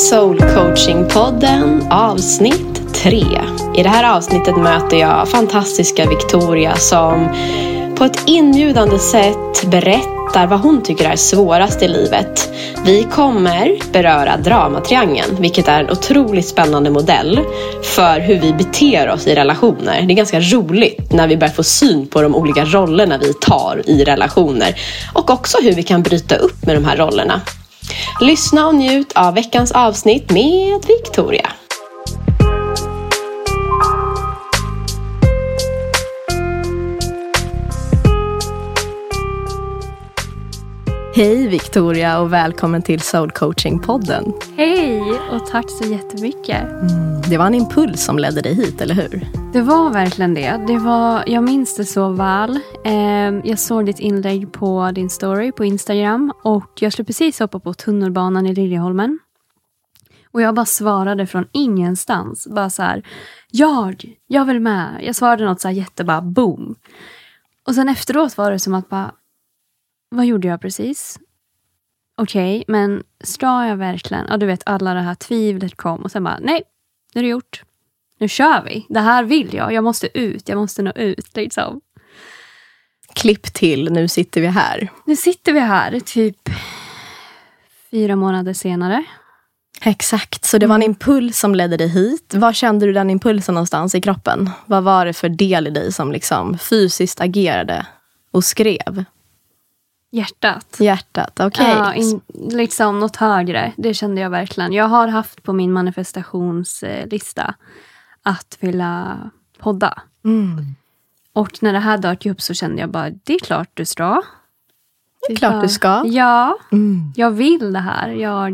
Soul Coaching-podden avsnitt 3. I det här avsnittet möter jag fantastiska Victoria som på ett inbjudande sätt berättar vad hon tycker är svårast i livet. Vi kommer beröra dramatriangeln, vilket är en otroligt spännande modell för hur vi beter oss i relationer. Det är ganska roligt när vi börjar få syn på de olika rollerna vi tar i relationer och också hur vi kan bryta upp med de här rollerna. Lyssna och njut av veckans avsnitt med Victoria. Hej Victoria och välkommen till Soul Coaching-podden. Hej och tack så jättemycket. Det var en impuls som ledde dig hit, eller hur? Det var verkligen det. Jag minns det så väl. Jag såg ditt inlägg på din story på Instagram och jag skulle precis hoppa på tunnelbanan i Liljeholmen. Och jag bara svarade från ingenstans. Bara så här, jag vill med. Jag svarade något så här jättebara boom. Och sen efteråt var det som att bara, vad gjorde jag precis? Okej, men ska jag verkligen? Ja, du vet, alla det här tvivlet kom. Och sen bara, nej, nu är det gjort. Nu kör vi. Det här vill jag. Jag måste ut. Jag måste nå ut, liksom. Klipp till, nu sitter vi här. Nu sitter vi här, typ 4 månader senare. Exakt, så det var en impuls som ledde dig hit. Var kände du den impulsen någonstans i kroppen? Vad var det för del i dig som liksom fysiskt agerade och skrev? Hjärtat, okej. Ja, liksom något högre. Det kände jag verkligen. Jag har haft på min manifestationslista att vilja podda. Och när det här dök upp så kände jag bara, det är klart du ska. Det är klart du ska. Ja, jag vill det här.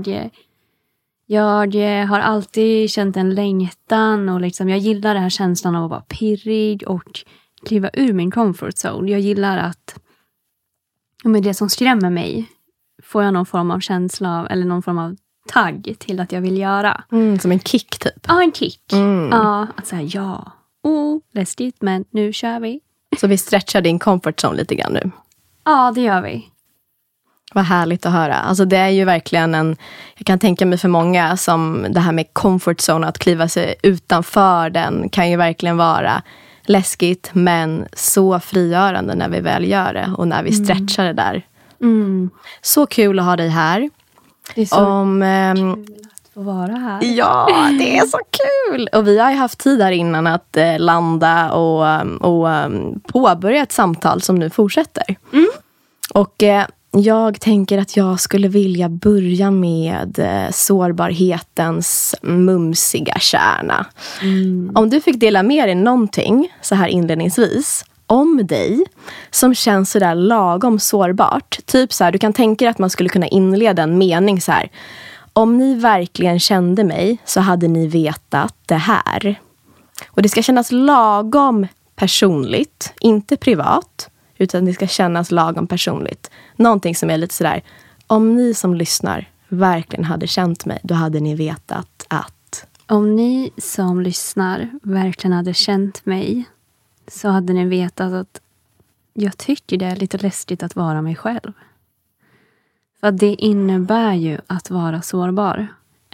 Jag har alltid känt en längtan och liksom, jag gillar den här känslan av att vara pirrig och kliva ur min comfort zone. Jag gillar att med det som skrämmer mig får jag någon form av känsla av, eller någon form av tagg till att jag vill göra. Som en kick typ. Ja, en kick. Ja, att säga läskigt, men nu kör vi. Så vi stretchar din comfort zone lite grann nu. Ja, det gör vi. Vad härligt att höra. Alltså det är ju verkligen jag kan tänka mig för många som det här med comfort zone, att kliva sig utanför den kan ju verkligen vara läskigt, men så frigörande när vi väl gör det och när vi stretchar det där. Så kul att ha dig här. Det är så kul att få vara här. Ja, det är så kul! Och vi har ju haft tid här innan att landa och påbörja ett samtal som nu fortsätter. Och jag tänker att jag skulle vilja börja med sårbarhetens mumsiga kärna. Om du fick dela med dig någonting så här inledningsvis om dig som känns så där lagom sårbart. Typ så här, du kan tänka dig att man skulle kunna inleda en mening så här. Om ni verkligen kände mig så hade ni vetat det här. Och det ska kännas lagom personligt, inte privat. Utan det ska kännas lagom personligt. Någonting som är lite sådär, om ni som lyssnar verkligen hade känt mig, då hade ni vetat att. Om ni som lyssnar verkligen hade känt mig, så hade ni vetat att jag tycker det är lite läskigt att vara mig själv. För det innebär ju att vara sårbar.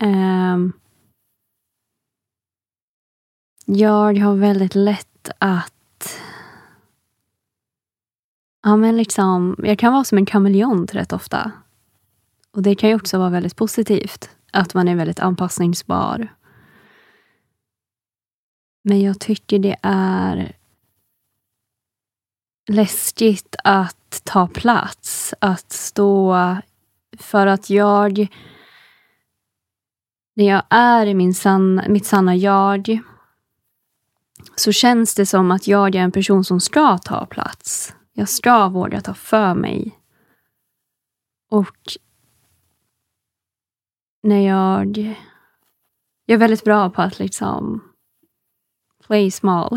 Jag har väldigt lätt att men liksom, jag kan vara som en kameleont rätt ofta. Och det kan ju också vara väldigt positivt. Att man är väldigt anpassningsbar. Men jag tycker det är läskigt att ta plats. Att stå för att när jag är i mitt sanna jag, så känns det som att jag är en person som ska ta plats. Jag ska våga ta för mig. Och när jag är väldigt bra på att liksom play small.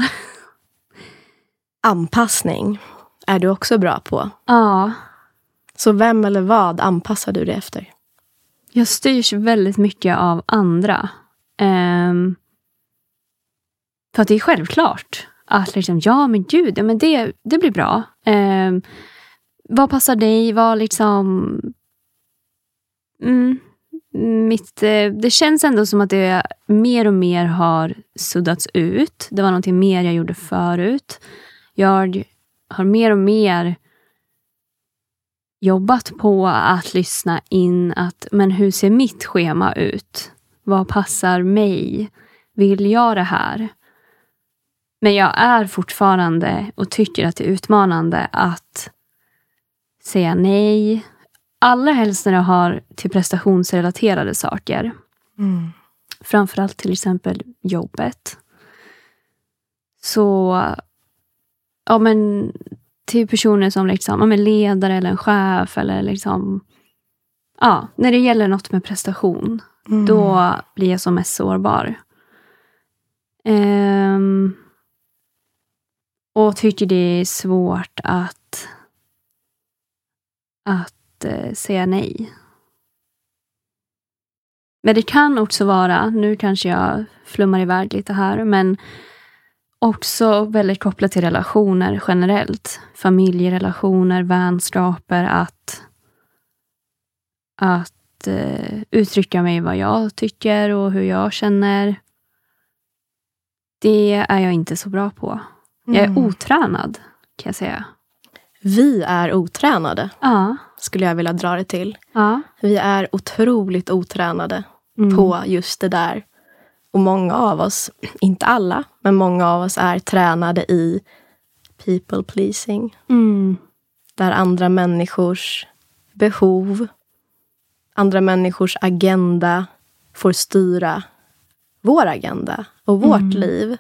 Anpassning är du också bra på. Ja. Så vem eller vad anpassar du dig efter? Jag styrs väldigt mycket av andra. För att det är självklart att liksom, ja men gud, ja, men det blir bra. Vad passar dig? Vad liksom... det känns ändå som att det mer och mer har suddats ut. Det var någonting mer jag gjorde förut. Jag har mer och mer jobbat på att lyssna in men hur ser mitt schema ut? Vad passar mig? Vill jag det här? Men jag är fortfarande och tycker att det är utmanande att säga nej. Allra helst när det har till prestationsrelaterade saker. Framförallt till exempel jobbet. Så men till personer som liksom, ledare eller en chef eller liksom, när det gäller något med prestation, då blir jag som mest sårbar. Och tycker det är svårt att säga nej. Men det kan också vara, nu kanske jag flummar iväg lite här, men också väldigt kopplat till relationer generellt. Familjerelationer, vänskaper, att uttrycka mig vad jag tycker och hur jag känner. Det är jag inte så bra på. Jag är otränad, kan jag säga. Vi är otränade, skulle jag vilja dra det till. Vi är otroligt otränade på just det där. Och många av oss, inte alla, men många av oss är tränade i people pleasing. Där andra människors behov, andra människors agenda får styra vår agenda och vårt liv.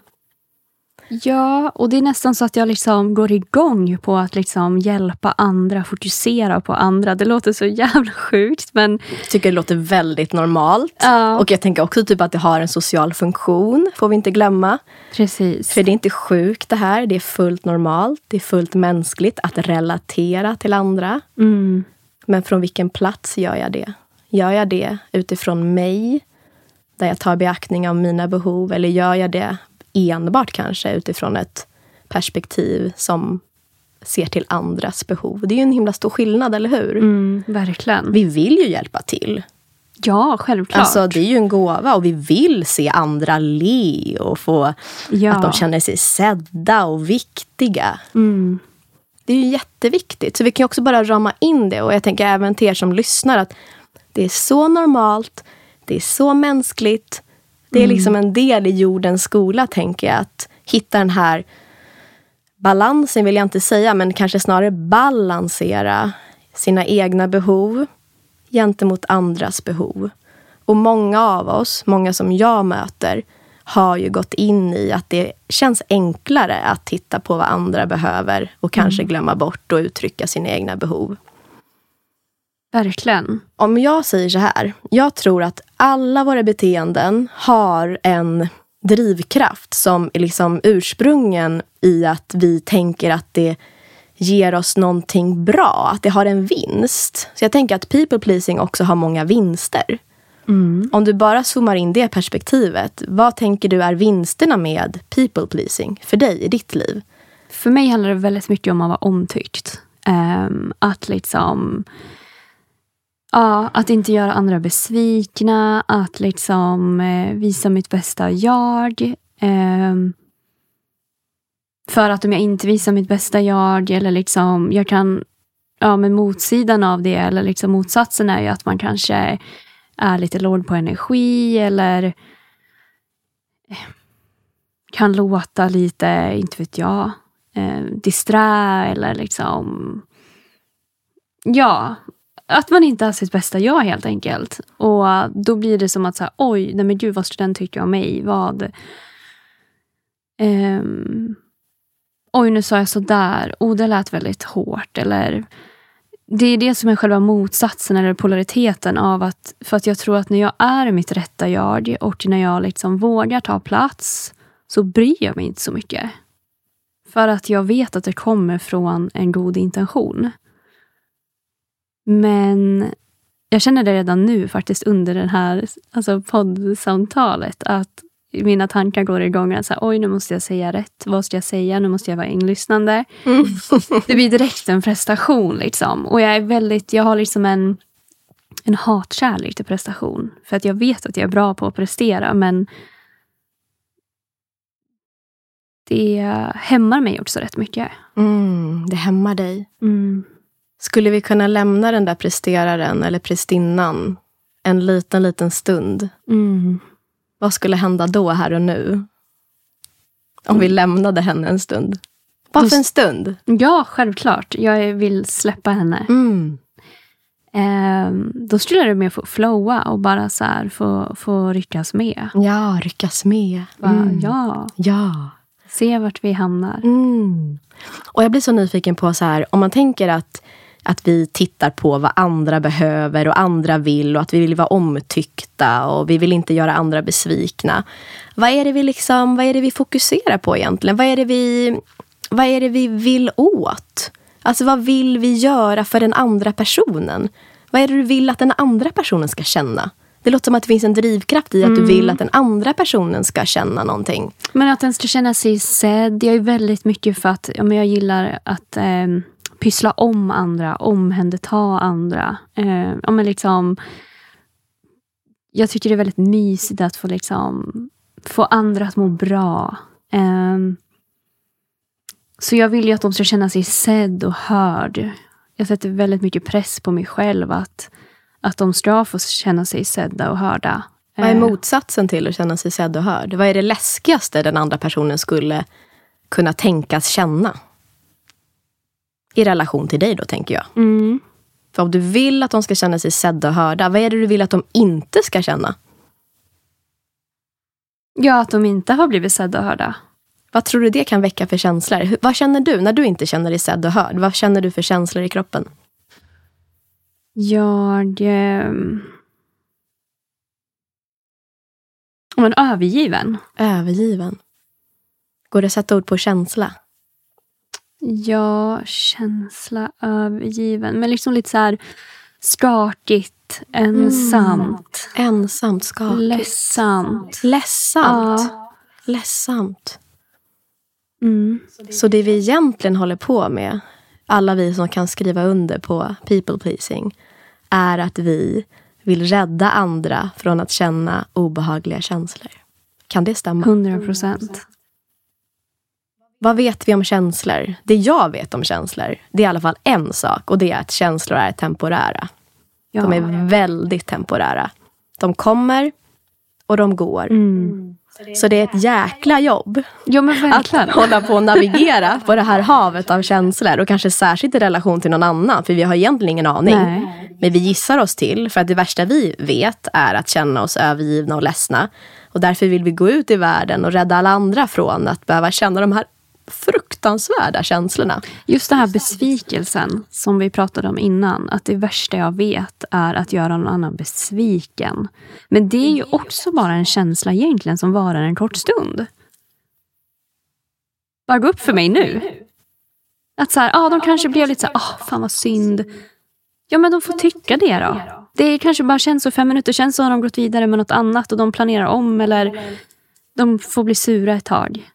Ja, och det är nästan så att jag liksom går igång på att liksom hjälpa andra, fokusera på andra. Det låter så jävla sjukt, men jag tycker det låter väldigt normalt. Och jag tänker också typ att det har en social funktion, får vi inte glömma. Precis. För det är inte sjukt det här, det är fullt normalt, det är fullt mänskligt att relatera till andra. Men från vilken plats gör jag det? Gör jag det utifrån mig, där jag tar beaktning av mina behov, eller gör jag det enbart kanske utifrån ett perspektiv som ser till andras behov? Det är ju en himla stor skillnad, eller hur? Verkligen. Vi vill ju hjälpa till. Ja, självklart. Alltså det är ju en gåva och vi vill se andra le och få att de känner sig sedda och viktiga. Det är ju jätteviktigt. Så vi kan ju också bara rama in det, och jag tänker även till er som lyssnar att det är så normalt, det är så mänskligt. Det är liksom en del i jordens skola, tänker jag, att hitta den här balansen, vill jag inte säga, men kanske snarare balansera sina egna behov gentemot andras behov. Och många av oss, många som jag möter, har ju gått in i att det känns enklare att titta på vad andra behöver och kanske glömma bort och uttrycka sina egna behov. Verkligen. Om jag säger så här, jag tror att alla våra beteenden har en drivkraft som är liksom ursprungen i att vi tänker att det ger oss någonting bra, att det har en vinst. Så jag tänker att people pleasing också har många vinster. Om du bara zoomar in det perspektivet, vad tänker du är vinsterna med people pleasing för dig i ditt liv? För mig handlar det väldigt mycket om att vara omtyckt. Att liksom... Ja, att inte göra andra besvikna, att liksom visa mitt bästa jag. För att om jag inte visar mitt bästa jag, eller liksom jag kan, men motsidan av det, eller liksom motsatsen är ju att man kanske är lite låg på energi, eller kan låta lite, inte vet jag, disträ, eller liksom att man inte har sitt bästa jag, helt enkelt. Och då blir det som att så här, oj, nej men gud, vad ska den tycka om mig? Vad? Oj, nu sa jag så där. Det lät väldigt hårt. Eller det är det som är själva motsatsen eller polariteten av att, för att jag tror att när jag är mitt rätta jag och när jag liksom vågar ta plats, så bryr jag mig inte så mycket. För att jag vet att det kommer från en god intention. Men jag känner det redan nu faktiskt under den här poddsamtalet, att mina tankar går igång och säger, oj, nu måste jag säga rätt, vad ska jag säga, nu måste jag vara inlyssnande. Det blir direkt en prestation liksom. Och jag har liksom en hatkärlek till prestation. För att jag vet att jag är bra på att prestera, men det hämmar mig också rätt mycket. Det hämmar dig. Skulle vi kunna lämna den där presteraren eller prestinnan en liten stund? Vad skulle hända då här och nu? Om vi lämnade henne en stund. Bara för en stund? Ja, självklart. Jag vill släppa henne. Då skulle det med få flowa och bara så här få ryckas med. Ja, ryckas med. Ja. Se vart vi hamnar. Och jag blir så nyfiken på så här, om man tänker att vi tittar på vad andra behöver och andra vill och att vi vill vara omtyckta och vi vill inte göra andra besvikna. Vad är det vi fokuserar på egentligen? Vad är det vi vill åt? Alltså vad vill vi göra för den andra personen? Vad är det du vill att den andra personen ska känna? Det låter som att det finns en drivkraft i att du vill att den andra personen ska känna någonting. Men att den ska känna sig sedd. Jag är väldigt mycket för att jag gillar att pyssla om andra, omhänderta andra. Men liksom, jag tycker det är väldigt mysigt att få andra att må bra. Så jag vill ju att de ska känna sig sedd och hörd. Jag sätter väldigt mycket press på mig själv att de ska få känna sig sedda och hörda. Vad är motsatsen till att känna sig sedd och hörd? Vad är det läskigaste den andra personen skulle kunna tänkas känna? I relation till dig då, tänker jag. För om du vill att de ska känna sig sedda och hörda, vad är det du vill att de inte ska känna? Ja, att de inte har blivit sedda och hörda. Vad tror du det kan väcka för känslor? Vad känner du när du inte känner dig sedd och hörd? Vad känner du för känslor i kroppen? Övergiven. Övergiven. Går det att sätta ord på känsla? Ja, känsla, övergiven. Men liksom lite så här skakigt, ensamt. Ensamt, skakigt. Ledsamt. Ledsamt. Så det vi egentligen håller på med, alla vi som kan skriva under på people pleasing, är att vi vill rädda andra från att känna obehagliga känslor. Kan det stämma? 100%. Vad vet vi om känslor? Det jag vet om känslor, det är i alla fall en sak. Och det är att känslor är temporära. Ja. De är väldigt temporära. De kommer och de går. Så det är ett jäkla jobb att hålla på och navigera på det här havet av känslor. Och kanske särskilt i relation till någon annan. För vi har egentligen ingen aning. Nej. Men vi gissar oss till. För att det värsta vi vet är att känna oss övergivna och ledsna. Och därför vill vi gå ut i världen och rädda alla andra från att behöva känna de här fruktansvärda känslorna. Just den här besvikelsen som vi pratade om innan. Att det värsta jag vet är att göra någon annan besviken. Men det är ju också bara en känsla egentligen som varar en kort stund. Bara gå upp för mig nu. Att så här, de kanske blev lite så här, fan vad synd. Ja, men de får tycka det då. Det är kanske bara känns så 5 minuter. Känns så har de gått vidare med något annat och de planerar om. Eller de får bli sura ett tag.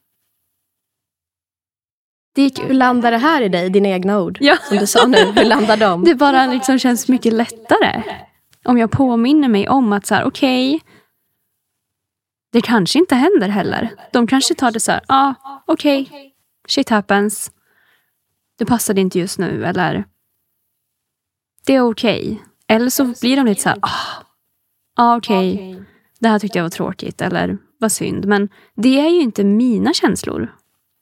Hur landar det här i dig, dina egna ord? Ja. Som du sa nu, hur landar de? Det bara liksom känns mycket lättare. Om jag påminner mig om att så här, okej, det kanske inte händer heller. De kanske tar det så här, okej, shit happens. Det passade inte just nu, eller det är okej. Eller så blir de lite så här, okej, det här tyckte jag var tråkigt, eller vad synd. Men det är ju inte mina känslor.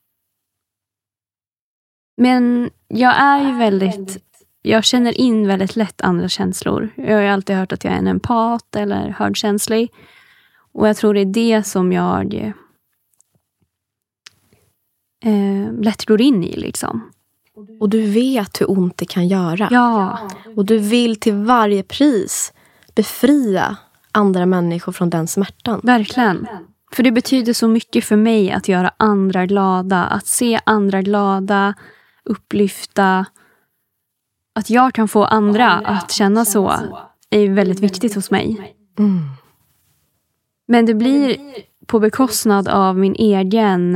Men jag är ju jag känner in väldigt lätt andra känslor. Jag har ju alltid hört att jag är en empat eller högkänslig. Och jag tror det är det som jag lätt går in i liksom. Och du vet hur ont det kan göra. Ja. Och du vill till varje pris befria andra människor från den smärtan. Verkligen. För det betyder så mycket för mig att göra andra glada. Att se andra glada, upplyfta. Att jag kan få andra att känna så är väldigt viktigt hos mig. Men det blir på bekostnad av min egen...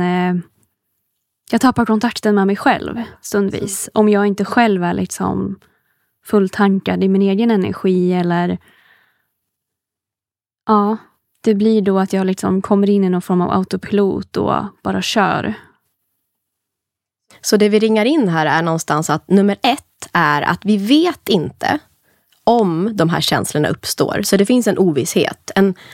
Jag tappar kontakten med mig själv stundvis. Om jag inte själv är liksom fulltankad i min egen energi. Eller ja, det blir då att jag liksom kommer in i någon form av autopilot och bara kör. Så det vi ringar in här är någonstans att nummer 1 är att vi vet inte om de här känslorna uppstår. Så det finns en ovisshet.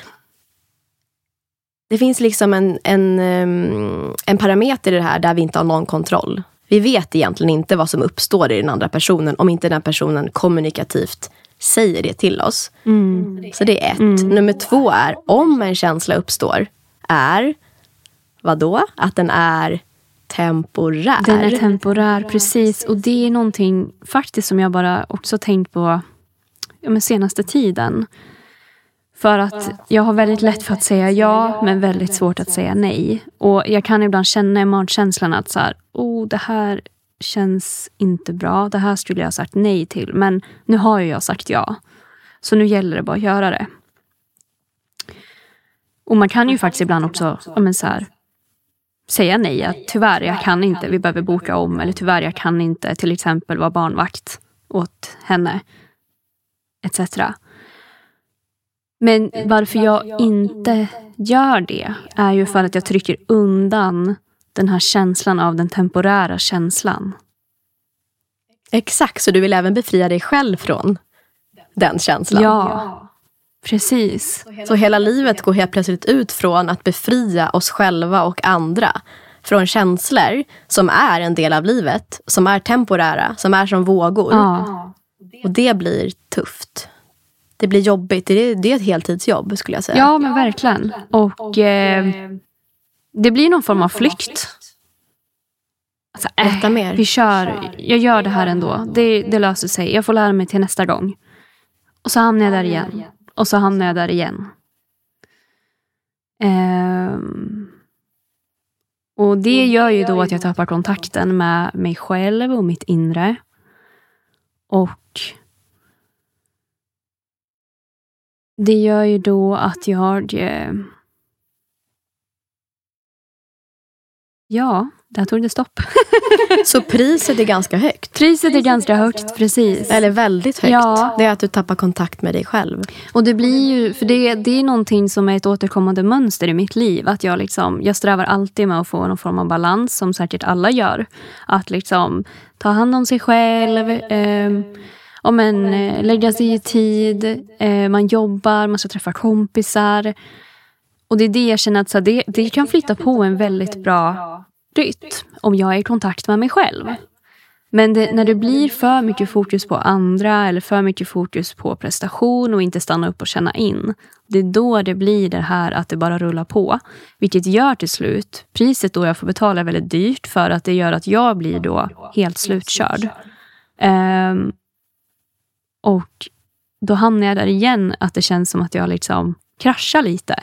Det finns liksom en parameter i det här där vi inte har någon kontroll. Vi vet egentligen inte vad som uppstår i den andra personen om inte den personen kommunikativt säger det till oss. Så det är 1. Nummer 2 är om en känsla uppstår är vadå? Att den är temporär. Den är temporär, precis. Och det är någonting faktiskt som jag bara också tänkt på senaste tiden. För att jag har väldigt lätt för att säga ja, men väldigt svårt att säga nej. Och jag kan ibland känna i magkänslan att så här, det här känns inte bra. Det här skulle jag ha sagt nej till. Men nu har jag sagt ja. Så nu gäller det bara att göra det. Och man kan ju faktiskt ibland också säga nej. Att tyvärr, jag kan inte. Vi behöver boka om. Eller tyvärr, jag kan inte till exempel vara barnvakt åt henne. Etc. Men varför jag inte gör det är ju för att jag trycker undan den här känslan av den temporära känslan. Exakt, så du vill även befria dig själv från den känslan. Ja, precis. Så hela livet går helt plötsligt ut från att befria oss själva och andra från känslor som är en del av livet, som är temporära, som är som vågor. Ja. Och det blir tufft. Det blir jobbigt. Det är ett heltidsjobb skulle jag säga. Ja, men verkligen. Och det blir någon form av flykt. Alltså, mer. Vi kör. Jag gör det här ändå. Det löser sig. Jag får lära mig till nästa gång. Och så hamnar jag där igen. Och så hamnar jag där igen. Och det gör ju då att jag tappar kontakten med mig själv och mitt inre. Och det gör ju då att jag... Ja, där tog det stopp. Så priset är ganska högt? Priset är ganska högt, precis. Eller väldigt högt. Ja. Det är att du tappar kontakt med dig själv. Och det blir ju... För det är någonting som är ett återkommande mönster i mitt liv. Att jag strävar alltid med att få någon form av balans, som säkert alla gör. Att liksom ta hand om sig själv... lägga sig i tid, man jobbar, man ska träffa kompisar. Och det är det jag känner att det kan flytta på en väldigt bra rytm om jag är i kontakt med mig själv. Men när det blir för mycket fokus på andra eller för mycket fokus på prestation och inte stanna upp och känna in, det är då det blir det här att det bara rullar på. Vilket gör till slut, priset då jag får betala är väldigt dyrt, för att det gör att jag blir då helt slutkörd. Och då hamnar jag där igen, att det känns som att jag liksom kraschar lite.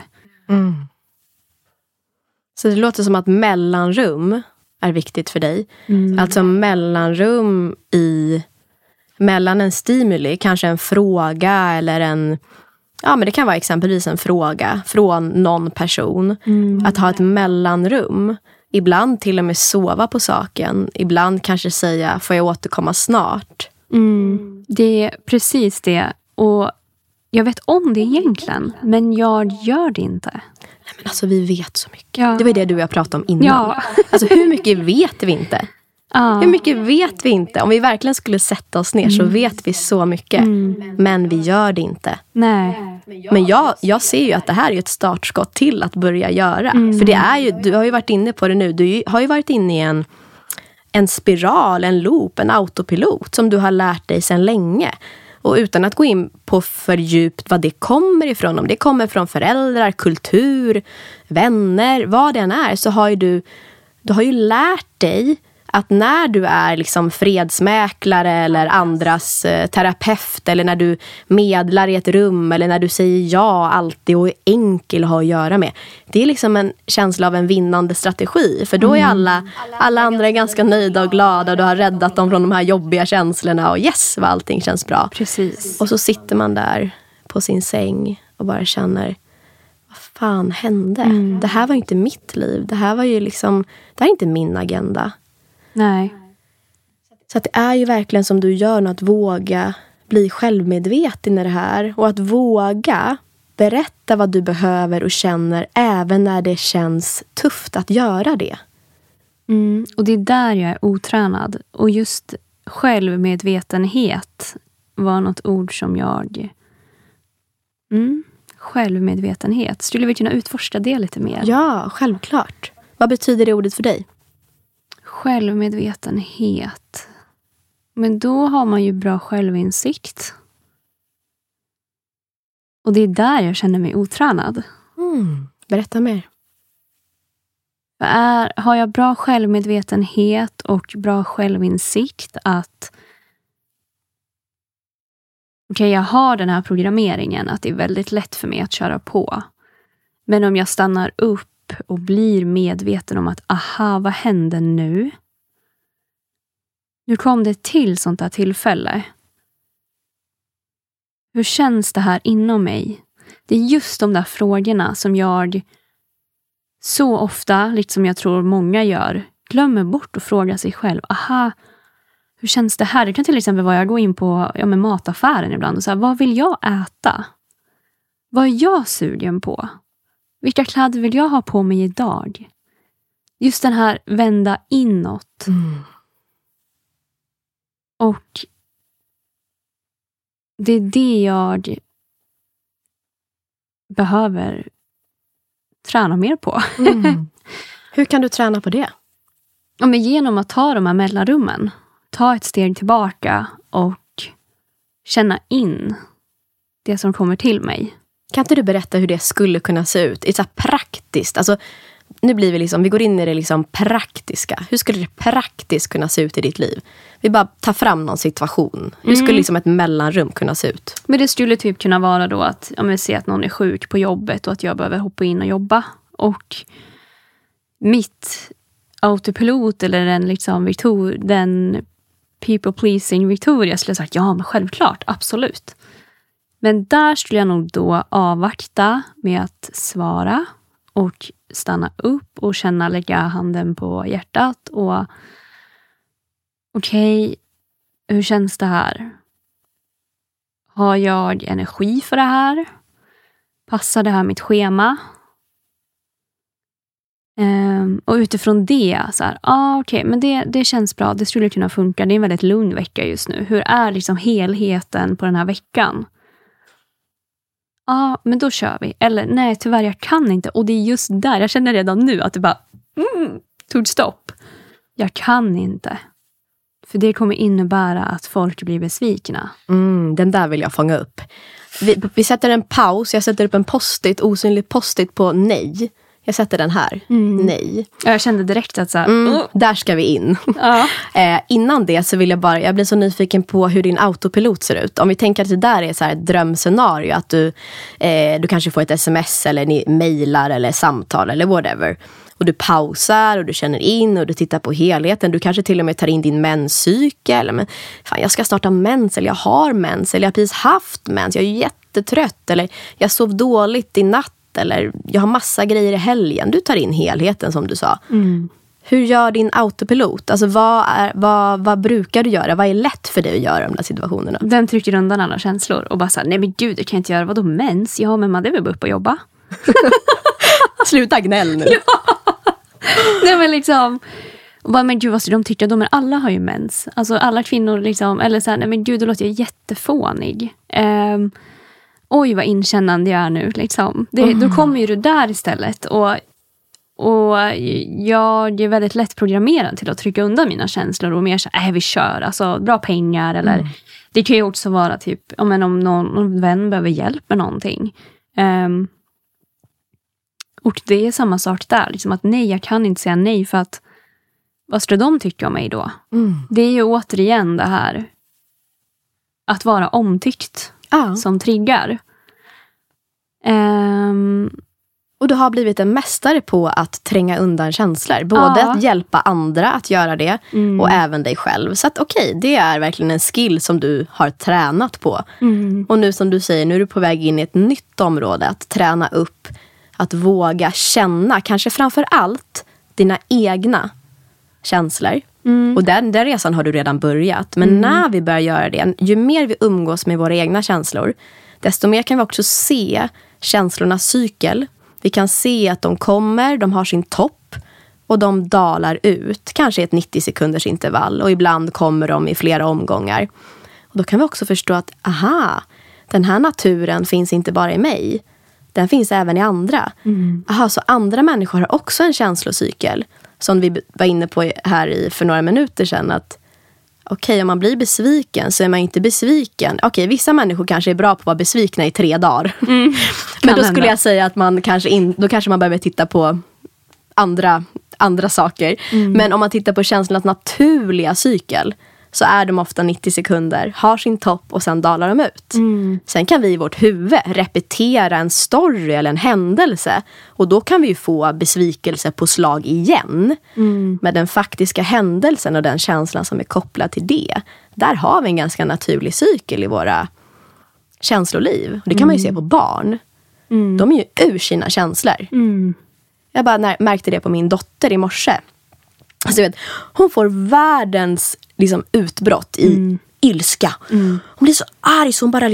Så det låter som att mellanrum är viktigt för dig. Alltså mellanrum mellan en stimuli, kanske en fråga eller men det kan vara exempelvis en fråga från någon person. Att ha ett mellanrum. Ibland till och med sova på saken. Ibland kanske säga, får jag återkomma snart? Det är precis det. Och jag vet om det egentligen, men jag gör det inte. Nej, men alltså vi vet så mycket. Ja. Det var det du och jag pratade om innan. Ja. Alltså hur mycket vet vi inte? Hur mycket vet vi inte? Om vi verkligen skulle sätta oss ner så vet vi så mycket. Men vi gör det inte. Nej. Men jag ser ju att det här är ett startskott till att börja göra. För det är ju, du har ju varit inne på det nu. Du har ju varit inne i en spiral, en loop, en autopilot som du har lärt dig sedan länge. Och utan att gå in på för djupt vad det kommer ifrån, om det kommer från föräldrar, kultur, vänner, vad det än är, så har ju du har ju lärt dig att när du är liksom fredsmäklare eller andras terapeut, eller när du medlar i ett rum, eller när du säger ja alltid och är enkel att ha att göra med, det är liksom en känsla av en vinnande strategi, för då är alla andra ganska nöjda och glada, och du har räddat dem från de här jobbiga känslorna och yes, vad allting känns bra. Precis. Och så sitter man där på sin säng och bara känner, vad fan hände? Det här var ju inte mitt liv, det här var ju liksom, det här är inte min agenda. Nej. Så att det är ju verkligen som du gör nu, att våga bli självmedveten i det här. Och att våga berätta vad du behöver och känner även när det känns tufft att göra det. Och det är där jag är otränad. Och just självmedvetenhet var något ord som jag... Självmedvetenhet. Skulle vi kunna utforska det lite mer? Ja, självklart. Vad betyder det ordet för dig? Självmedvetenhet. Men då har man ju bra självinsikt. Och det är där jag känner mig otränad. Berätta mer. Har jag bra självmedvetenhet och bra självinsikt att jag har den här programmeringen att det är väldigt lätt för mig att köra på. Men om jag stannar upp och blir medveten om att vad händer nu? Nu kom det till sånt här tillfälle. Hur känns det här inom mig? Det är just de där frågorna som jag så ofta, liksom jag tror många gör, glömmer bort att fråga sig själv. Hur känns det här? Det kan till exempel vara jag går in på mataffären ibland och så här, vad vill jag äta? Vad är jag sugen på? Vilka kläder vill jag ha på mig idag? Just den här vända inåt. Och det är det jag behöver träna mer på. Hur kan du träna på det? Men genom att ta de här mellanrummen. Ta ett steg tillbaka och känna in det som kommer till mig. Kan inte du berätta hur det skulle kunna se ut? Det är så här praktiskt. Alltså, nu blir vi går in i det liksom praktiska. Hur skulle det praktiskt kunna se ut i ditt liv? Vi bara tar fram någon situation. Hur skulle liksom ett mellanrum kunna se ut? Men det skulle typ kunna vara då att vi ser att någon är sjuk på jobbet och att jag behöver hoppa in och jobba. Och mitt autopilot eller den people pleasing Victoria skulle sagt men självklart, absolut. Men där skulle jag nog då avvakta med att svara och stanna upp och lägga handen på hjärtat och hur känns det här? Har jag energi för det här? Passar det här mitt schema? Och utifrån det så här, men det känns bra, det skulle kunna funka. Det är en väldigt lugn vecka just nu. Hur är liksom helheten på den här veckan? Men då kör vi. Eller nej, tyvärr jag kan inte. Och det är just där, jag känner redan nu att det bara tog stopp. Jag kan inte. För det kommer innebära att folk blir besvikna. Den där vill jag fånga upp. Vi sätter en paus, jag sätter upp en osynlig post-it på nej. Jag sätter den här. Nej. Jag kände direkt att där ska vi in. Ja. Innan det så vill jag blir så nyfiken på hur din autopilot ser ut. Om vi tänker att det där är så här ett drömscenario. Att du kanske får ett sms eller ni mejlar eller samtal eller whatever. Och du pausar och du känner in och du tittar på helheten. Du kanske till och med tar in din menscykel. Men fan, jag ska snart ha mens eller jag har mens. Eller jag har precis haft mens. Jag är jättetrött. Eller jag sov dåligt i natt. Eller jag har massa grejer i helgen. Du tar in helheten som du sa. Hur gör din autopilot? Alltså vad brukar du göra? Vad är lätt för dig att göra i de där situationerna? Den trycker undan alla känslor och bara nej men gud, det kan jag inte göra. Vadå mens? Ja men man är väl bara upp och jobba. Sluta gnäll nu. Nej men liksom. Men gud, de tycker de alla har ju mens. Alltså alla kvinnor liksom. Eller så här, nej men gud, då låter jag jättefånig. Oj vad inkännande jag är nu liksom. Då kommer ju det där istället. Och jag är väldigt lätt programmerad till att trycka undan mina känslor. Och mer så vi kör, alltså bra pengar. Eller det kan ju också vara typ om någon vän behöver hjälp med någonting. Och det är samma sak där. Liksom att nej, jag kan inte säga nej. För att vad ska de tycka om mig då? Det är ju återigen det här. Att vara omtyckt. Som triggar. Och du har blivit en mästare på att tränga undan känslor. Både att hjälpa andra att göra det. Och även dig själv. Så att det är verkligen en skill som du har tränat på. Och nu som du säger, nu är du på väg in i ett nytt område. Att träna upp. Att våga känna. Kanske framför allt dina egna känslor. Och den resan har du redan börjat. Men när vi börjar göra det, ju mer vi umgås med våra egna känslor, desto mer kan vi också se känslornas cykel. Vi kan se att de kommer, de har sin topp och de dalar ut. Kanske i ett 90 sekunders intervall. Och ibland kommer de i flera omgångar. Och då kan vi också förstå att, den här naturen finns inte bara i mig. Den finns även i andra. Så andra människor har också en känslocykel. Som vi var inne på här för några minuter sedan. Att om man blir besviken så är man inte besviken. Vissa människor kanske är bra på att vara besvikna i 3 dagar. Men då skulle jag säga att man då kanske man behöver titta på andra saker. Men om man tittar på känslornas naturliga cykel, så är de ofta 90 sekunder, har sin topp och sen dalar de ut. Sen kan vi i vårt huvud repetera en story eller en händelse. Och då kan vi ju få besvikelse på slag igen. Men den faktiska händelsen och den känslan som är kopplad till det, där har vi en ganska naturlig cykel i våra känsloliv. Och det kan man ju se på barn. De är ju ur sina känslor. Jag bara märkte det på min dotter i morse. Alltså, hon får världens utbrott i ilska. Hon blir så arg så hon bara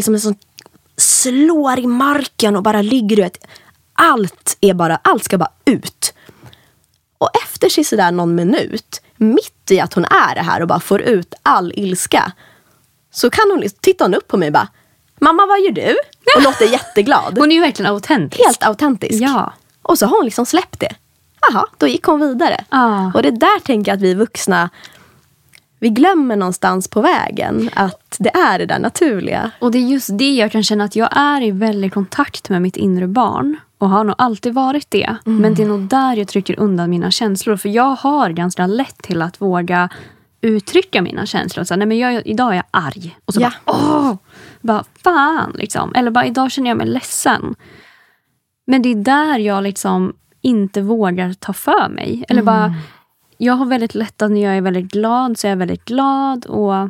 slår i marken och bara ligger. Allt ska bara ut. Och efter sådär någon minut, mitt i att hon är det här och bara får ut all ilska, så kan hon titta upp på mig och bara, mamma, vad gör du? Och låter jätteglad. Hon är ju verkligen autentisk. Helt autentisk. Ja. Och så har hon släppt det. Då gick hon vidare. Och det där tänker jag att vi vuxna, vi glömmer någonstans på vägen att det är det där naturliga. Och det är just det jag kan känna, att jag är i väldigt kontakt med mitt inre barn. Och har nog alltid varit det. Men det är nog där jag trycker undan mina känslor. För jag har ganska lätt till att våga uttrycka mina känslor. Så, nej, men idag är jag arg. Och så bara fan liksom. Eller bara, idag känner jag mig ledsen. Men det är där jag inte vågar ta för mig. Eller bara, jag har väldigt lätt att när jag är väldigt glad så är jag väldigt glad. Och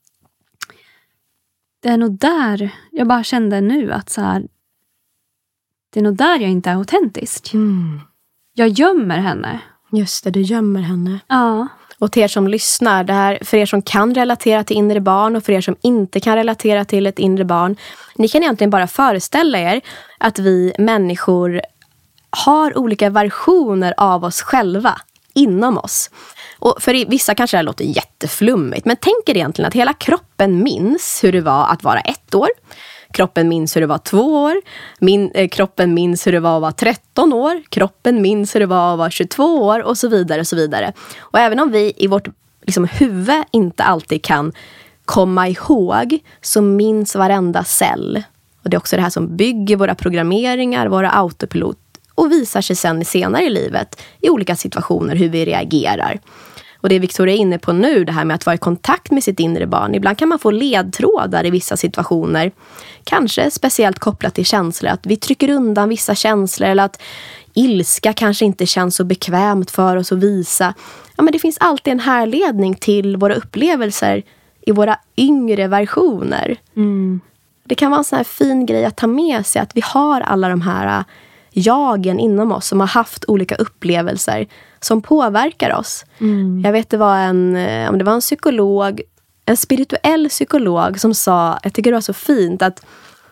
det är nog där jag bara kände nu att så här, det är nog där jag inte är autentisk. Jag gömmer henne. Just det, du gömmer henne. Ja. Och till er som lyssnar, det här, för er som kan relatera till inre barn och för er som inte kan relatera till ett inre barn, ni kan egentligen bara föreställa er att vi människor har olika versioner av oss själva inom oss. Och för vissa kanske det låter jätteflummigt, men tänk er egentligen att hela kroppen minns hur det var att vara 1 år. Kroppen minns hur det var 2 år. Kroppen minns hur det var att vara 13 år. Kroppen minns hur det var att vara 22 år och så vidare och så vidare. Och även om vi i vårt huvud inte alltid kan komma ihåg, så minns varenda cell. Och det är också det här som bygger våra programmeringar, våra autopilot, och visar sig sen senare i livet i olika situationer hur vi reagerar. Och det Victoria är inne på nu, det här med att vara i kontakt med sitt inre barn. Ibland kan man få ledtrådar i vissa situationer. Kanske speciellt kopplat till känslor. Att vi trycker undan vissa känslor. Eller att ilska kanske inte känns så bekvämt för oss att visa. Ja, men det finns alltid en härledning till våra upplevelser i våra yngre versioner. Det kan vara en sån här fin grej att ta med sig. Att vi har alla de här jagen inom oss som har haft olika upplevelser som påverkar oss. Jag vet det var om det var en psykolog, en spirituell psykolog som sa, jag tycker det var så fint, att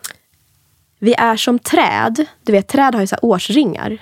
vi är som träd. Du vet, träd har ju så här årsringar.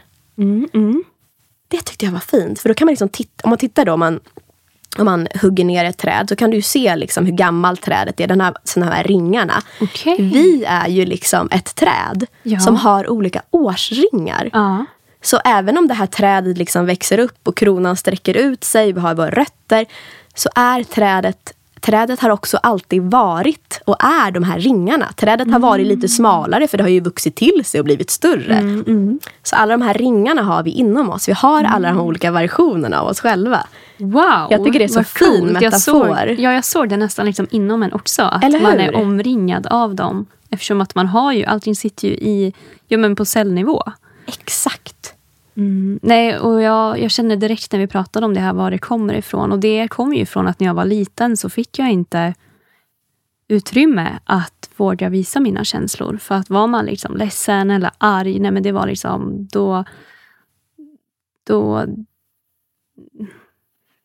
Det tyckte jag var fint, för då kan man titta, om man tittar då, om man hugger ner ett träd, så kan du ju se hur gammalt trädet är, såna här ringarna. Okay. Vi är ju ett träd som har olika årsringar. Så även om det här trädet växer upp och kronan sträcker ut sig, vi har våra rötter, så är trädet har också alltid varit och är de här ringarna. Trädet har varit lite smalare, för det har ju vuxit till sig och blivit större. Så alla de här ringarna har vi inom oss. Vi har alla de här olika versionerna av oss själva. Wow, jag tycker det är så fin metafor. Jag såg det nästan inom en också. Att man är omringad av dem. Eftersom att man har ju, allting sitter ju på cellnivå. Exakt. Nej, och jag känner direkt när vi pratade om det här var det kommer ifrån. Och det kommer ju ifrån att när jag var liten så fick jag inte utrymme att våga visa mina känslor. För att var man ledsen eller arg, nej men det var då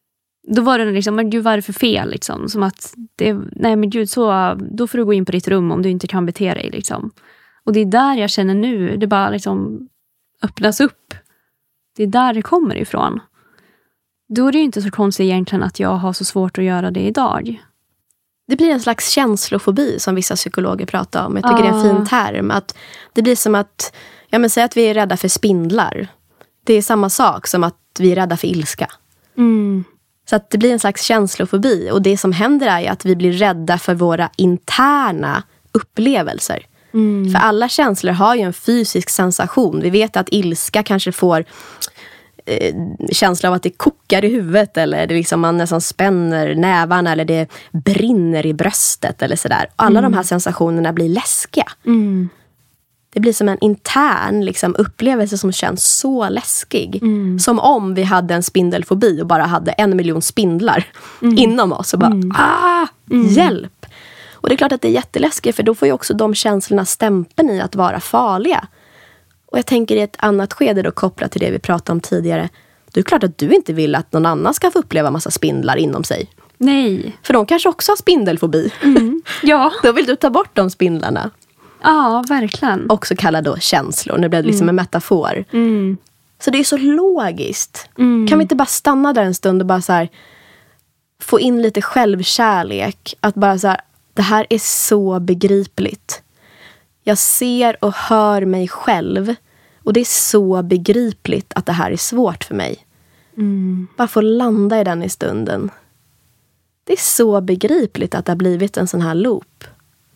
Då var det liksom, men gud, vad är det för fel liksom? Som att, nej men gud, så, då får du gå in på ditt rum om du inte kan bete dig liksom. Och det är där jag känner nu, det bara liksom öppnas upp. Det är där det kommer ifrån. Då är det ju inte så konstigt egentligen att jag har så svårt att göra det idag. Det blir en slags känslofobi som vissa psykologer pratar om. Jag tycker det är en fin term. Att det blir som att, säg att vi är rädda för spindlar. Det är samma sak som att vi är rädda för ilska. Så att det blir en slags känslofobi. Och det som händer är att vi blir rädda för våra interna upplevelser. För alla känslor har ju en fysisk sensation. Vi vet att ilska kanske får känsla av att det kokar i huvudet, eller det liksom man nästan spänner nävarna, eller det brinner i bröstet eller sådär. Alla de här sensationerna blir läskiga. Det blir som en intern liksom, upplevelse som känns så läskig. Som om vi hade en spindelfobi och bara hade 1 miljon spindlar inom oss och bara, hjälp! Och det är klart att det är jätteläskigt, för då får ju också de känslorna stämpeln i att vara farliga. Och jag tänker i ett annat skede då, kopplat till det vi pratade om tidigare. Det är klart att du inte vill att någon annan ska få uppleva massa spindlar inom sig. Nej. För de kanske också har spindelfobi. Ja. Då vill du ta bort de spindlarna. Ja, verkligen. Också kallad då känslor. Nu blir det liksom en metafor. Så det är så logiskt. Kan vi inte bara stanna där en stund och bara så här, få in lite självkärlek. Att bara så här, det här är så begripligt. Jag ser och hör mig själv. Och det är så begripligt att det här är svårt för mig. Bara få landa i den i stunden. Det är så begripligt att det har blivit en sån här loop.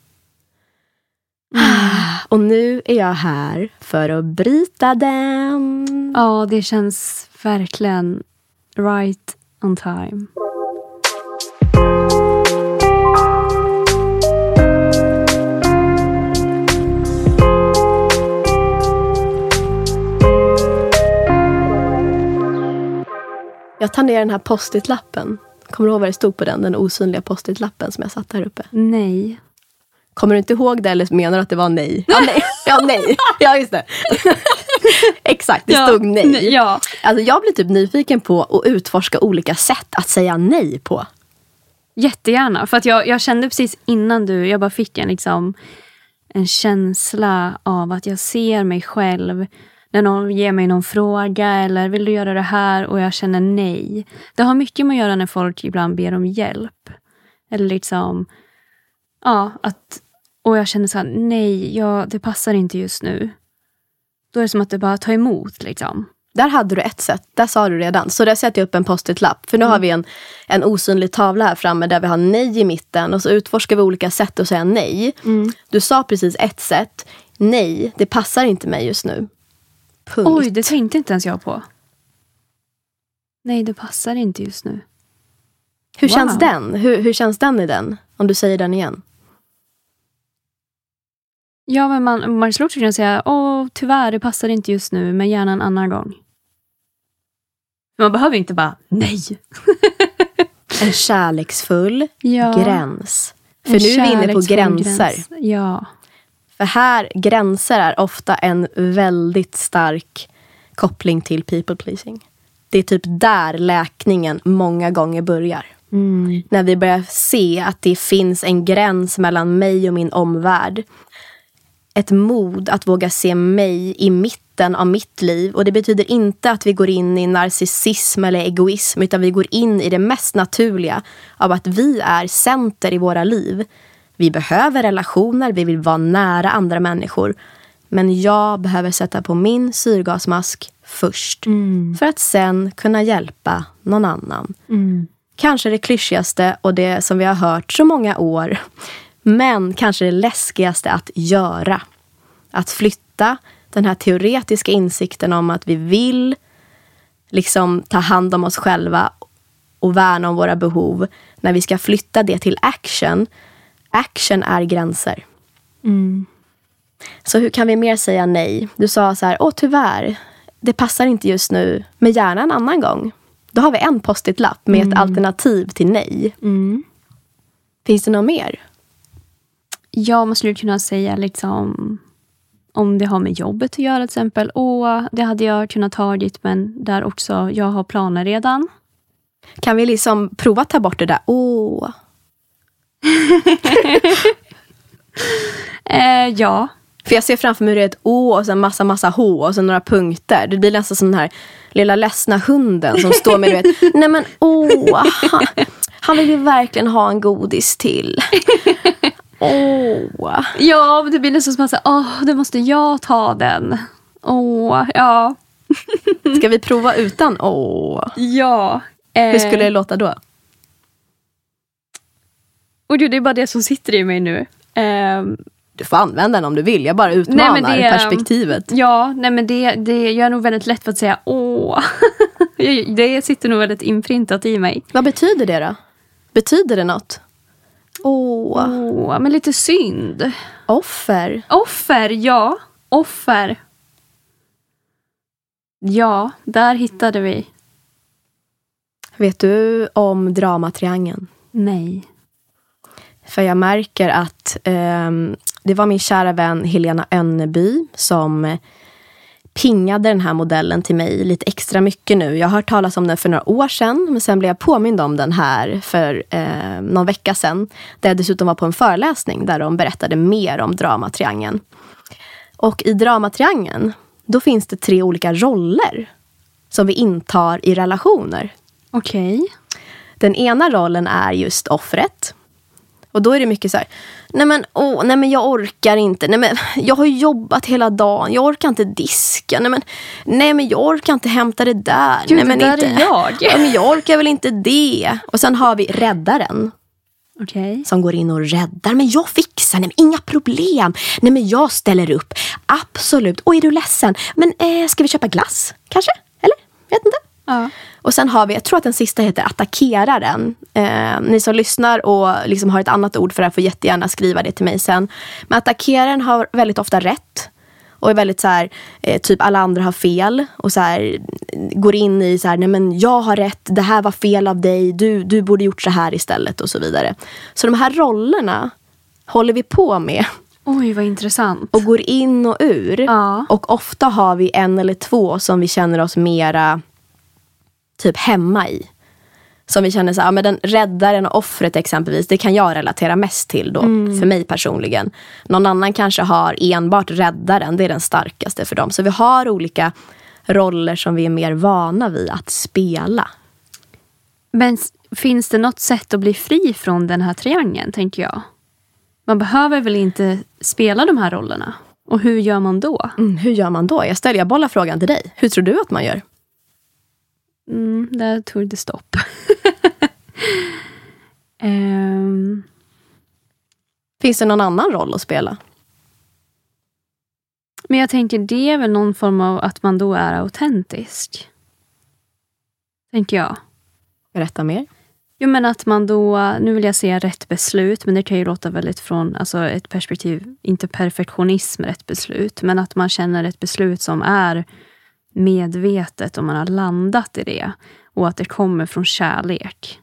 Och nu är jag här för att bryta den. Ja, det känns verkligen right on time. Jag tar ner den här post-it-lappen. Kommer du ihåg vad det stod på den? Den osynliga post-it-lappen som jag satt här uppe. Nej. Kommer du inte ihåg det, eller menar du att det var nej? Ja, nej. Ja, nej. Ja, just det. Exakt, det stod nej. Ja. Alltså, jag blir typ nyfiken på att utforska olika sätt att säga nej på. Jättegärna. För att jag kände precis innan jag bara fick en känsla av att jag ser mig själv när någon ger mig någon fråga eller vill du göra det här, och jag känner nej. Det har mycket med att göra när folk ibland ber om hjälp. Eller och jag känner så här, nej, det passar inte just nu. Då är det som att det bara tar emot liksom. Där hade du ett sätt, där sa du redan. Så där sätter jag upp en post-it-lapp. För nu har vi en osynlig tavla här framme där vi har nej i mitten. Och så utforskar vi olika sätt att säga nej. Du sa precis ett sätt. Nej, det passar inte mig just nu. Punkt. Oj, det tänkte inte ens jag på. Nej, det passar inte just nu. Hur känns den? Hur känns den i den? Om du säger den igen. Ja, men man skulle också kunna säga, tyvärr, det passar inte just nu, men gärna en annan gång. Man behöver inte bara, nej. En kärleksfull gräns. För en nu är vi inne på gränser. Gräns. Ja. För här, gränser är ofta en väldigt stark koppling till people pleasing. Det är typ där läkningen många gånger börjar. När vi börjar se att det finns en gräns mellan mig och min omvärld. Ett mod att våga se mig i mitten av mitt liv. Och det betyder inte att vi går in i narcissism eller egoism, utan vi går in i det mest naturliga av att vi är center i våra liv. Vi behöver relationer, vi vill vara nära andra människor. Men jag behöver sätta på min syrgasmask först. För att sen kunna hjälpa någon annan. Kanske det klyschigaste och det som vi har hört så många år. Men kanske det läskigaste att göra. Att flytta den här teoretiska insikten om att vi vill liksom ta hand om oss själva och värna om våra behov. När vi ska flytta det till action. Action är gränser. Så hur kan vi mer säga nej? Du sa så här, tyvärr, det passar inte just nu, men gärna en annan gång. Då har vi en post-it-lapp med ett alternativ till nej. Finns det något mer? Ja, man skulle kunna säga liksom, om det har med jobbet att göra till exempel. Det hade jag kunnat tagit, men där också, jag har planer redan. Kan vi liksom prova att ta bort det där? Ja. För jag ser framför mig ett å och sen massa H och sen några punkter. Det blir nästan som den här lilla ledsna hunden som står med, du vet, nej men han vill ju verkligen ha en godis till. Ja, det blir nästan som att säga, det måste jag ta den. Ja. Ska vi prova utan Ja. Hur skulle det låta då? Och det är bara det som sitter i mig nu. Du får använda den om du vill. Jag bara utmanar perspektivet. Ja, nej men det jag är nog väldigt lätt för att säga det sitter nog väldigt inprintat i mig. Vad betyder det då? Betyder det något? Men lite synd. Offer, ja. Offer. Ja, där hittade vi. Vet du om dramatriangeln? Nej. För jag märker att det var min kära vän Helena Önneby som pingade den här modellen till mig lite extra mycket nu. Jag har hört talas om den för några år sedan, men sen blev jag påmind om den här för någon vecka sedan. Där jag dessutom var på en föreläsning där de berättade mer om dramatriangeln. Och i dramatriangeln, då finns det 3 olika roller som vi intar i relationer. Okej. Den ena rollen är just offret. Och då är det mycket så här, nej men jag orkar inte. Nej men jag har ju jobbat hela dagen. Jag orkar inte diska. Nej men jag orkar inte hämta det där. Gud, nej men det där inte. är jag. Ja, men jag orkar väl inte det. Och sen har vi räddaren. Okej. Som går in och räddar. Men jag fixar, nej men inga problem. Nej men jag ställer upp. Absolut. Och är du ledsen? Men ska vi köpa glass? Kanske? Eller? Vet inte. Ja. Och sen har vi, jag tror att den sista heter attackeraren. Ni som lyssnar och liksom har ett annat ord för det här får jättegärna skriva det till mig sen. Men attackeraren har väldigt ofta rätt. Och är väldigt så här, typ alla andra har fel. Och så här, går in i så här, nej men jag har rätt, det här var fel av dig. Du borde gjort så här istället och så vidare. Så de här rollerna håller vi på med. Oj, vad intressant. Och går in och ur. Ja. Och ofta har vi 1 eller 2 som vi känner oss mera typ hemma i. Som vi känner så här, men den räddaren och offret exempelvis, det kan jag relatera mest till då, för mig personligen. Någon annan kanske har enbart räddaren, det är den starkaste för dem. Så vi har olika roller som vi är mer vana vid att spela. Men finns det något sätt att bli fri från den här triangeln, tänker jag? Man behöver väl inte spela de här rollerna? Och hur gör man då? Hur gör man då? Jag bollar frågan till dig. Hur tror du att man gör? Där tog det stopp. Finns det någon annan roll att spela? Men jag tänker, det är väl någon form av att man då är autentisk. Tänker jag. Berätta mer. Jo, men att man då, nu vill jag säga rätt beslut, men det kan ju låta väldigt från alltså ett perspektiv, inte perfektionism rätt beslut, men att man känner ett beslut som är medvetet och man har landat i det och att det kommer från kärlek.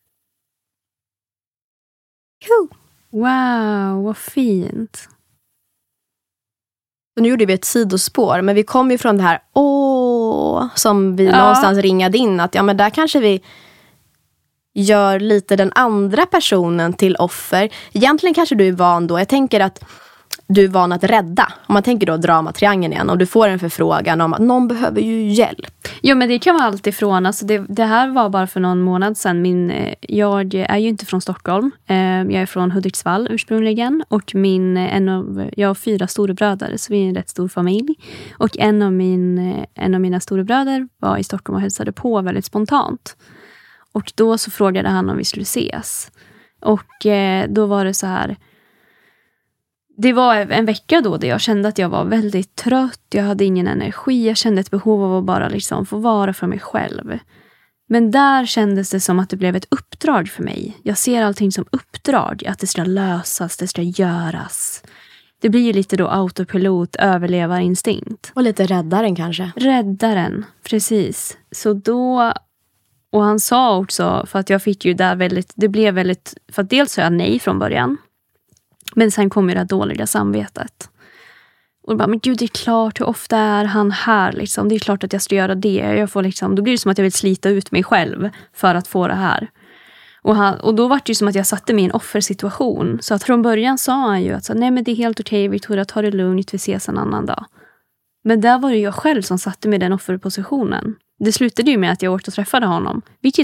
Cool. Wow, vad fint. Så nu gjorde vi ett sidospår, men vi kom ju från det här som vi någonstans ringade in att ja men där kanske vi gör lite den andra personen till offer. Egentligen kanske du är van då, jag tänker att du är van att rädda. Om man tänker då dramatriangeln igen. Om du får en förfrågan om att någon behöver ju hjälp. Jo, men det kan vara allt ifrån. Alltså det här var bara för någon månad sedan. Jag är ju inte från Stockholm. Jag är från Hudiksvall ursprungligen. Och jag har 4 storebröder. Så vi är en rätt stor familj. Och en av mina storebröder var i Stockholm och hälsade på väldigt spontant. Och då så frågade han om vi skulle ses. Och då var det så här. Det var en vecka då där jag kände att jag var väldigt trött. Jag hade ingen energi. Jag kände ett behov av att bara liksom få vara för mig själv. Men där kändes det som att det blev ett uppdrag för mig. Jag ser allting som uppdrag. Att det ska lösas, det ska göras. Det blir ju lite då autopilot, överlevarinstinkt. Och lite räddaren kanske. Räddaren, precis. Så då... Och han sa också, för att jag fick ju där väldigt... Det blev väldigt... För att dels sa jag nej från början. Men sen kom ju det dåliga samvetet. Och bara, men gud, det är klart, hur ofta är han här liksom? Det är klart att jag ska göra det. Jag får liksom, då blir det som att jag vill slita ut mig själv för att få det här. Och då var det ju som att jag satte mig i en offersituation. Så att från början sa han ju att nej, men det är helt okej, Victoria, ta det lugnt, vi ses en annan dag. Men där var det jag själv som satte mig i den offerpositionen. Det slutade ju med att jag åkte och träffade honom. Vilket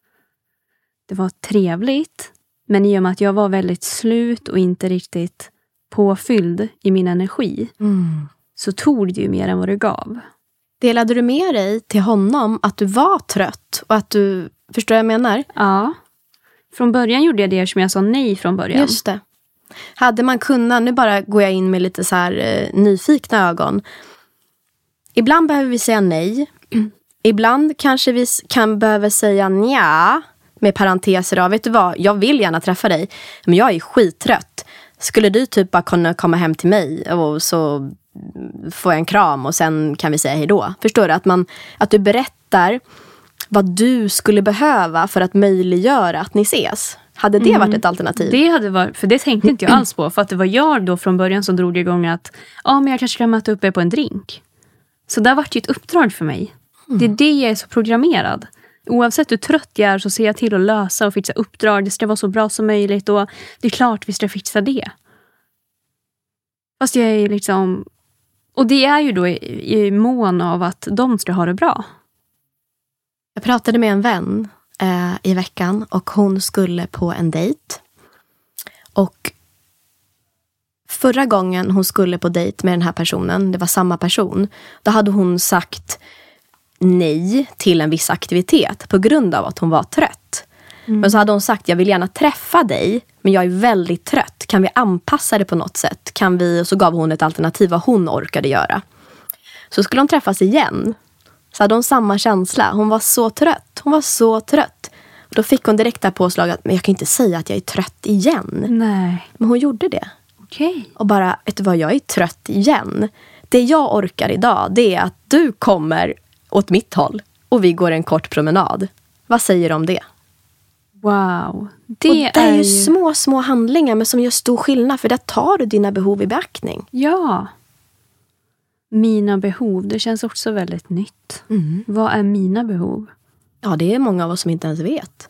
det var trevligt. Men i och med att jag var väldigt slut och inte riktigt påfylld i min energi. Så tog det ju mer än vad det gav. Delade du med dig till honom att du var trött? Och att du, förstår jag menar? Ja. Från början gjorde jag det som jag sa nej från början. Just det. Hade man kunnat, nu bara går jag in med lite så här nyfikna ögon. Ibland behöver vi säga nej. Ibland kanske vi kan behöva säga nja. Med parenteser av, vet du vad, jag vill gärna träffa dig. Men jag är skittrött. Skulle du typ bara kunna komma hem till mig och så får jag en kram och sen kan vi säga hej då. Förstår du? Att du berättar vad du skulle behöva för att möjliggöra att ni ses. Hade det varit ett alternativ? Det hade varit, för det tänkte inte jag alls på. För att det var jag då från början som drog igång att men jag kanske kan möta upp er på en drink. Så där var det ju ett uppdrag för mig. Det är det jag är så programmerad. Oavsett hur trött jag är så ser jag till att lösa och fixa uppdrag. Det ska vara så bra som möjligt och det är klart vi ska fixa det. Fast jag är liksom... Och det är ju då i mån av att de ska ha det bra. Jag pratade med en vän i veckan och hon skulle på en dejt. Och förra gången hon skulle på dejt med den här personen, det var samma person, då hade hon sagt nej till en viss aktivitet på grund av att hon var trött. Men så hade hon sagt, jag vill gärna träffa dig, men jag är väldigt trött. Kan vi anpassa det på något sätt? Och så gav hon ett alternativ vad hon orkade göra. Så skulle de träffas igen. Så hade hon samma känsla. Hon var så trött. Hon var så trött. Och då fick hon direkt där påslag att, men jag kan inte säga att jag är trött igen. Nej. Men hon gjorde det. Okej. Och bara, vet du vad, jag är trött igen. Det jag orkar idag, det är att du kommer åt mitt håll och vi går en kort promenad. Vad säger du om det? Wow. Det är ju små handlingar men som gör stor skillnad, för där tar du dina behov i beaktning. Ja. Mina behov, det känns också väldigt nytt. Vad är mina behov? Ja, det är många av oss som inte ens vet.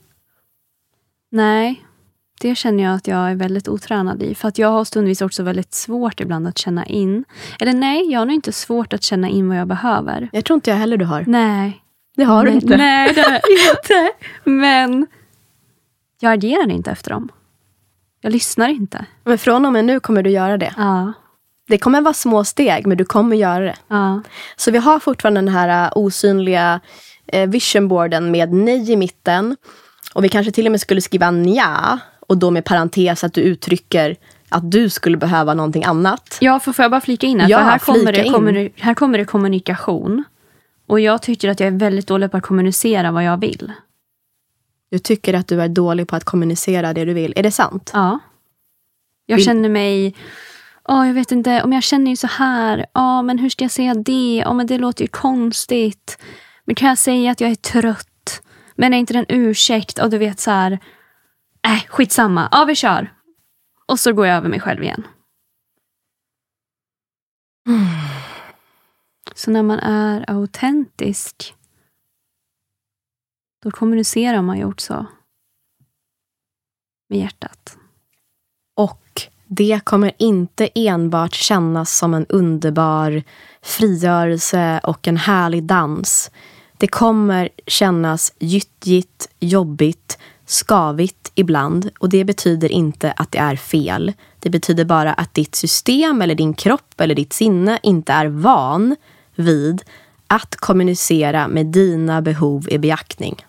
Nej, det känner jag att jag är väldigt otränad i. För att jag har stundvis också väldigt svårt ibland att känna in. Eller nej, jag har nog inte svårt att känna in vad jag behöver. Jag tror inte jag heller du har. Nej. Det har du inte. Nej, det har jag inte. Men jag agerar inte efter dem. Jag lyssnar inte. Men från och med nu kommer du göra det. Ja. Det kommer vara små steg, men du kommer göra det. Ja. Så vi har fortfarande den här osynliga visionboarden med nej i mitten. Och vi kanske till och med skulle skriva nja. Och då med parentes att du uttrycker att du skulle behöva någonting annat. Ja, får jag bara flika in här? Ja, för här kommer det kommunikation. Och jag tycker att jag är väldigt dålig på att kommunicera vad jag vill. Du tycker att du är dålig på att kommunicera det du vill. Är det sant? Ja. Jag känner mig... jag vet inte, om jag känner ju så här. Men hur ska jag säga det? Men det låter ju konstigt. Men kan jag säga att jag är trött? Men är inte det en ursäkt? Och du vet så här... skitsamma. Vi kör. Och så går jag över mig själv igen. Så när man är autentisk, då kommunicerar man ju också med hjärtat. Och det kommer inte enbart kännas som en underbar frigörelse och en härlig dans. Det kommer kännas gyttjigt, jobbigt, skavigt ibland. Och det betyder inte att det är fel. Det betyder bara att ditt system eller din kropp eller ditt sinne inte är van vid att kommunicera med dina behov i beaktning.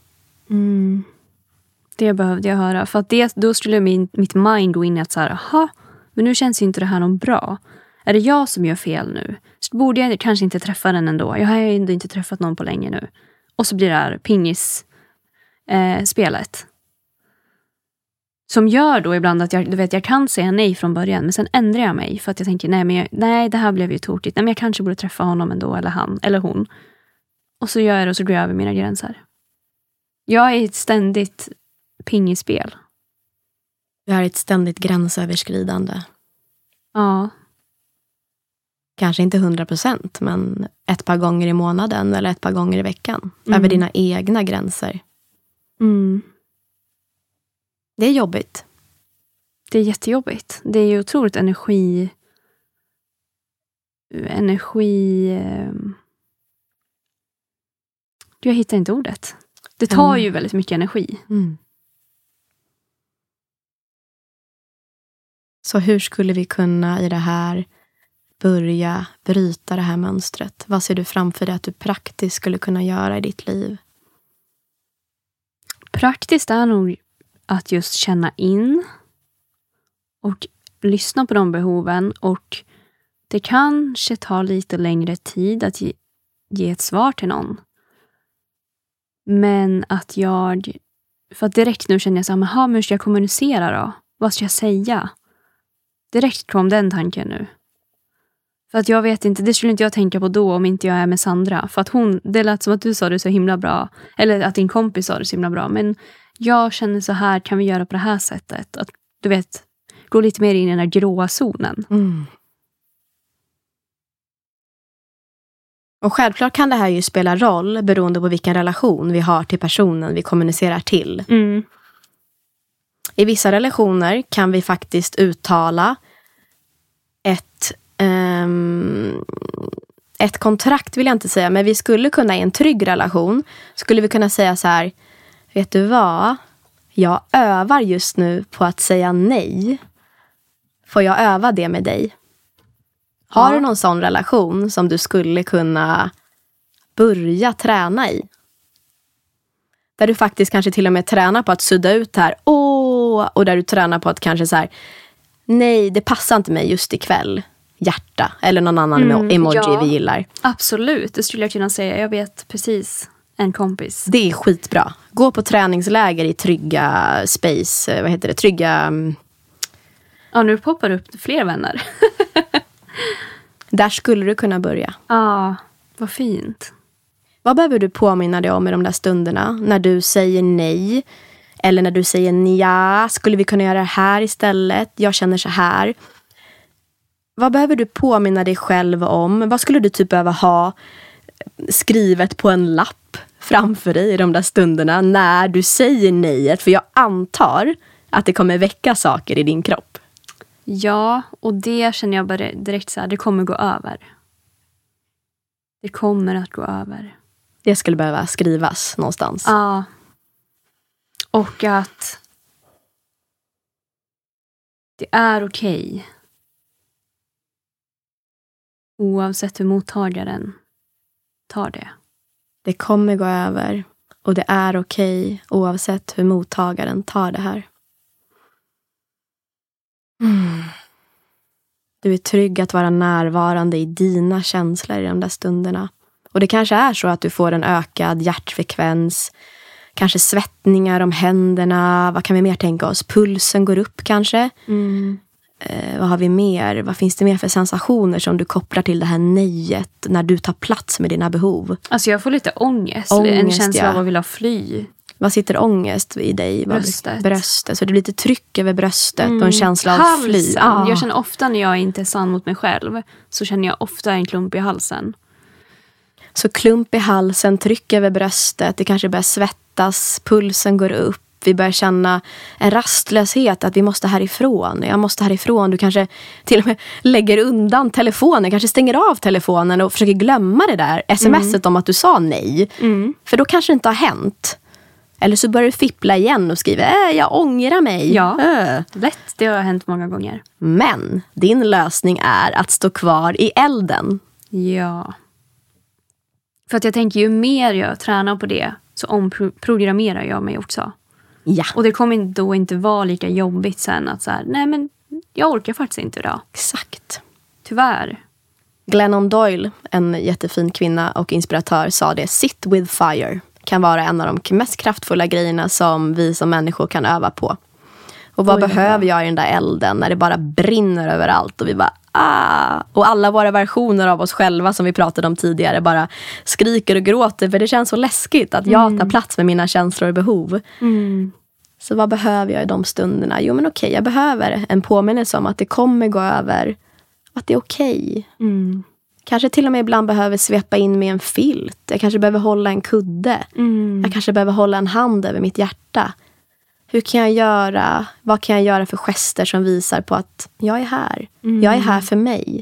Det behövde jag höra. För att då skulle mitt mind gå in i att så här, men nu känns ju inte det här någon bra. Är det jag som gör fel nu? Så borde jag kanske inte träffa den ändå. Jag har ju ändå inte träffat någon på länge nu. Och så blir det här pingis-spelet. Som gör då ibland att jag kan säga nej från början. Men sen ändrar jag mig. För att jag tänker, nej, det här blev ju tokigt. Nej, men jag kanske borde träffa honom ändå. Eller han, eller hon. Och så gör jag det och så går jag över mina gränser. Jag är ett ständigt pingispel. Du är ett ständigt gränsöverskridande. Ja. Kanske inte 100%, men ett par gånger i månaden eller ett par gånger i veckan. Över dina egna gränser. Det är jobbigt. Det är jättejobbigt. Det är ju otroligt energi... Jag hittar inte ordet. Det tar ju väldigt mycket energi. Så hur skulle vi kunna i det här börja bryta det här mönstret? Vad ser du framför dig att du praktiskt skulle kunna göra i ditt liv? Praktiskt är nog att just känna in och lyssna på de behoven, och det kanske tar lite längre tid att ge ett svar till någon. Men att för att direkt nu känner jag så här, men hur ska jag kommunicera då? Vad ska jag säga? Direkt kom den tanken nu. För att jag vet inte, det skulle inte jag tänka på då om inte jag är med Sandra. För att det lät som att du sa det så himla bra. Eller att din kompis sa det så himla bra. Men jag känner så här, kan vi göra på det här sättet? Att du vet, gå lite mer in i den här gråa zonen. Och självklart kan det här ju spela roll beroende på vilken relation vi har till personen vi kommunicerar till. I vissa relationer kan vi faktiskt uttala ett kontrakt, vill jag inte säga, men vi skulle kunna i en trygg relation, skulle vi kunna säga så här: vet du vad? Jag övar just nu på att säga nej. Får jag öva det med dig? Har du någon sån relation som du skulle kunna börja träna i? Där du faktiskt kanske till och med tränar på att sudda ut här. Och där du tränar på att kanske så här: nej, det passar inte mig just ikväll. Hjärta. Eller någon annan emoji vi gillar. Absolut, det skulle jag kunna säga. Jag vet precis en kompis. Det är skitbra. Gå på träningsläger i trygga space. Vad heter det? Trygga... Ja, nu poppar det upp fler vänner. Där skulle du kunna börja. Ja, vad fint. Vad behöver du påminna dig om i de där stunderna? När du säger nej. Eller när du säger nja. Skulle vi kunna göra det här istället? Jag känner så här. Vad behöver du påminna dig själv om? Vad skulle du typ behöva ha skrivet på en lapp framför dig i de där stunderna när du säger nejet? För jag antar att det kommer väcka saker i din kropp. Ja, och det känner jag bara direkt så här, det kommer gå över. Det kommer att gå över. Det skulle behöva skrivas någonstans. Ja. Och att det är okej. Oavsett hur mottagaren tar det. Det kommer gå över. Och det är okej oavsett hur mottagaren tar det här. Du är trygg att vara närvarande i dina känslor i de där stunderna. Och det kanske är så att du får en ökad hjärtfrekvens. Kanske svettningar om händerna. Vad kan vi mer tänka oss? Pulsen går upp kanske. Vad har vi mer? Vad finns det mer för sensationer som du kopplar till det här nejet när du tar plats med dina behov? Alltså jag får lite ångest en känsla av att vilja fly. Vad sitter ångest i dig? Bröstet. Så det blir lite tryck över bröstet och en känsla av halsen. fly. Jag känner ofta när jag inte är sann mot mig själv, så känner jag ofta en klump i halsen. Så klump i halsen, tryck över bröstet. Det kanske börjar svettas, pulsen går upp. Vi börjar känna en rastlöshet, att vi måste härifrån. Jag måste härifrån. Du kanske till och med lägger undan telefonen. Kanske stänger av telefonen och försöker glömma det där smset om att du sa nej. För då kanske det inte har hänt. Eller så börjar du fippla igen och skriver jag ångrar mig. Ja, lätt. Det har hänt många gånger. Men din lösning är att stå kvar i elden. Ja. För att jag tänker, ju mer jag tränar på det, så omprogrammerar jag mig också. Ja. Och det kommer då inte vara lika jobbigt sen att så här, nej men jag orkar faktiskt inte idag. Exakt. Tyvärr. Glennon Doyle, en jättefin kvinna och inspiratör, sa det. Sit with fire kan vara en av de mest kraftfulla grejerna som vi som människor kan öva på. Och vad behöver jag i den där elden när det bara brinner överallt och vi bara och alla våra versioner av oss själva som vi pratade om tidigare bara skriker och gråter, för det känns så läskigt att jag tar plats med mina känslor och behov. Så vad behöver jag i de stunderna? Jo men okej, jag behöver en påminnelse om att det kommer gå över Att det är okej. Kanske till och med ibland behöver svepa in med en filt. Jag kanske behöver hålla en kudde. Jag kanske behöver hålla en hand över mitt hjärta. Hur kan jag göra? Vad kan jag göra för gester som visar på att jag är här? Jag är här för mig.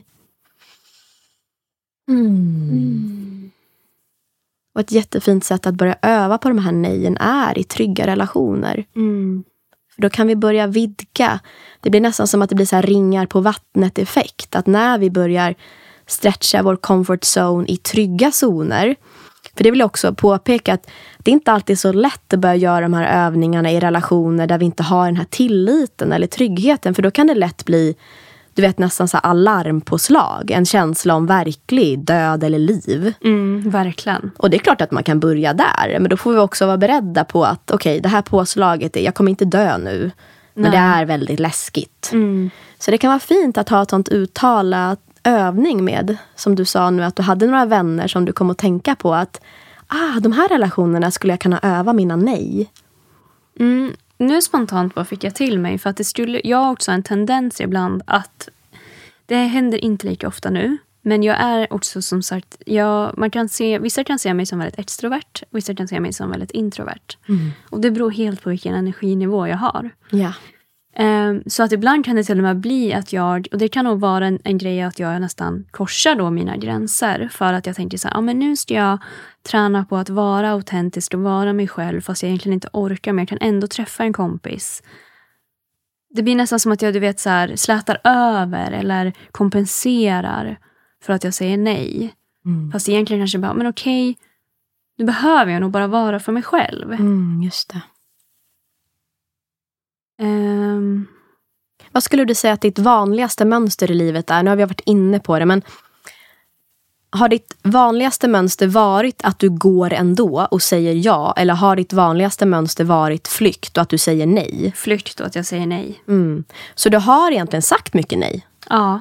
Och ett jättefint sätt att börja öva på de här nejen är i trygga relationer. För då kan vi börja vidga. Det blir nästan som att det blir så här ringar på vattnet effekt. Att när vi börjar stretcha vår comfort zone i trygga zoner. För det vill jag också påpeka att det är inte alltid så lätt att börja göra de här övningarna i relationer där vi inte har den här tilliten eller tryggheten. För då kan det lätt bli, du vet, nästan så här alarmpåslag. En känsla om verklig död eller liv. Verkligen. Och det är klart att man kan börja där. Men då får vi också vara beredda på att okej, det här påslaget, jag kommer inte dö nu. Men det är väldigt läskigt. Så det kan vara fint att ha ett sånt uttalat övning med, som du sa nu, att du hade några vänner som du kom att tänka på att de här relationerna skulle jag kunna öva mina nej. Nu spontant vad fick jag till mig, för att jag har också en tendens ibland att det händer inte lika ofta nu, men jag är också som sagt, vissa kan se mig som väldigt extrovert, vissa kan se mig som väldigt introvert. Och det beror helt på vilken energinivå jag har. Ja. Så att ibland kan det till och med bli att och det kan nog vara en grej att jag nästan korsar då mina gränser, för att jag tänker så här, men nu ska jag träna på att vara autentisk och vara mig själv fast jag egentligen inte orkar, men jag kan ändå träffa en kompis. Det blir nästan som att jag, du vet, så här, slätar över eller kompenserar för att jag säger nej. Fast egentligen kanske bara, men okej, nu behöver jag nog bara vara för mig själv. Just det. Vad skulle du säga att ditt vanligaste mönster i livet är? Nu har vi varit inne på det, men har ditt vanligaste mönster varit att du går ändå och säger ja? Eller har ditt vanligaste mönster varit flykt och att du säger nej? Flykt och att jag säger nej. Så du har egentligen sagt mycket nej? Ja.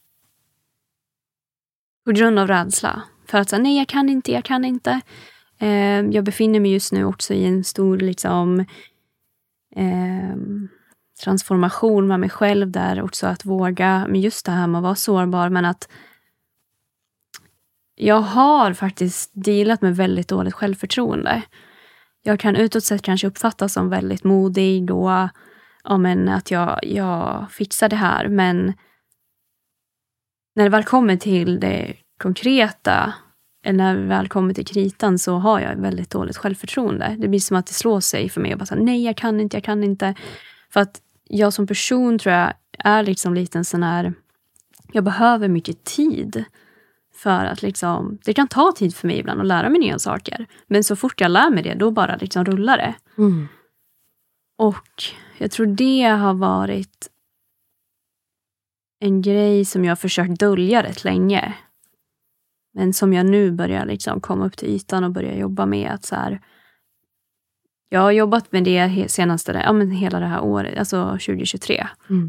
På grund av rädsla. För att säga nej, jag kan inte. Jag befinner mig just nu också i en stor liksom transformation med mig själv där också, att våga med just det här med att vara sårbar, men att jag har faktiskt dealat med väldigt dåligt självförtroende. Jag kan utåt sett kanske uppfattas som väldigt modig och men att jag fixar det här, men när det väl kommer till det konkreta, eller när det väl kommer till kritan, så har jag väldigt dåligt självförtroende. Det blir som att det slår sig för mig och bara säga nej, jag kan inte. För att jag som person tror jag är liksom lite en sån här, jag behöver mycket tid för att liksom, det kan ta tid för mig ibland att lära mig nya saker. Men så fort jag lär mig det, då bara liksom rullar det. Och jag tror det har varit en grej som jag har försökt dölja rätt länge. Men som jag nu börjar liksom komma upp till ytan och börja jobba med. Att så här, jag har jobbat med det senaste, hela det här året, alltså 2023.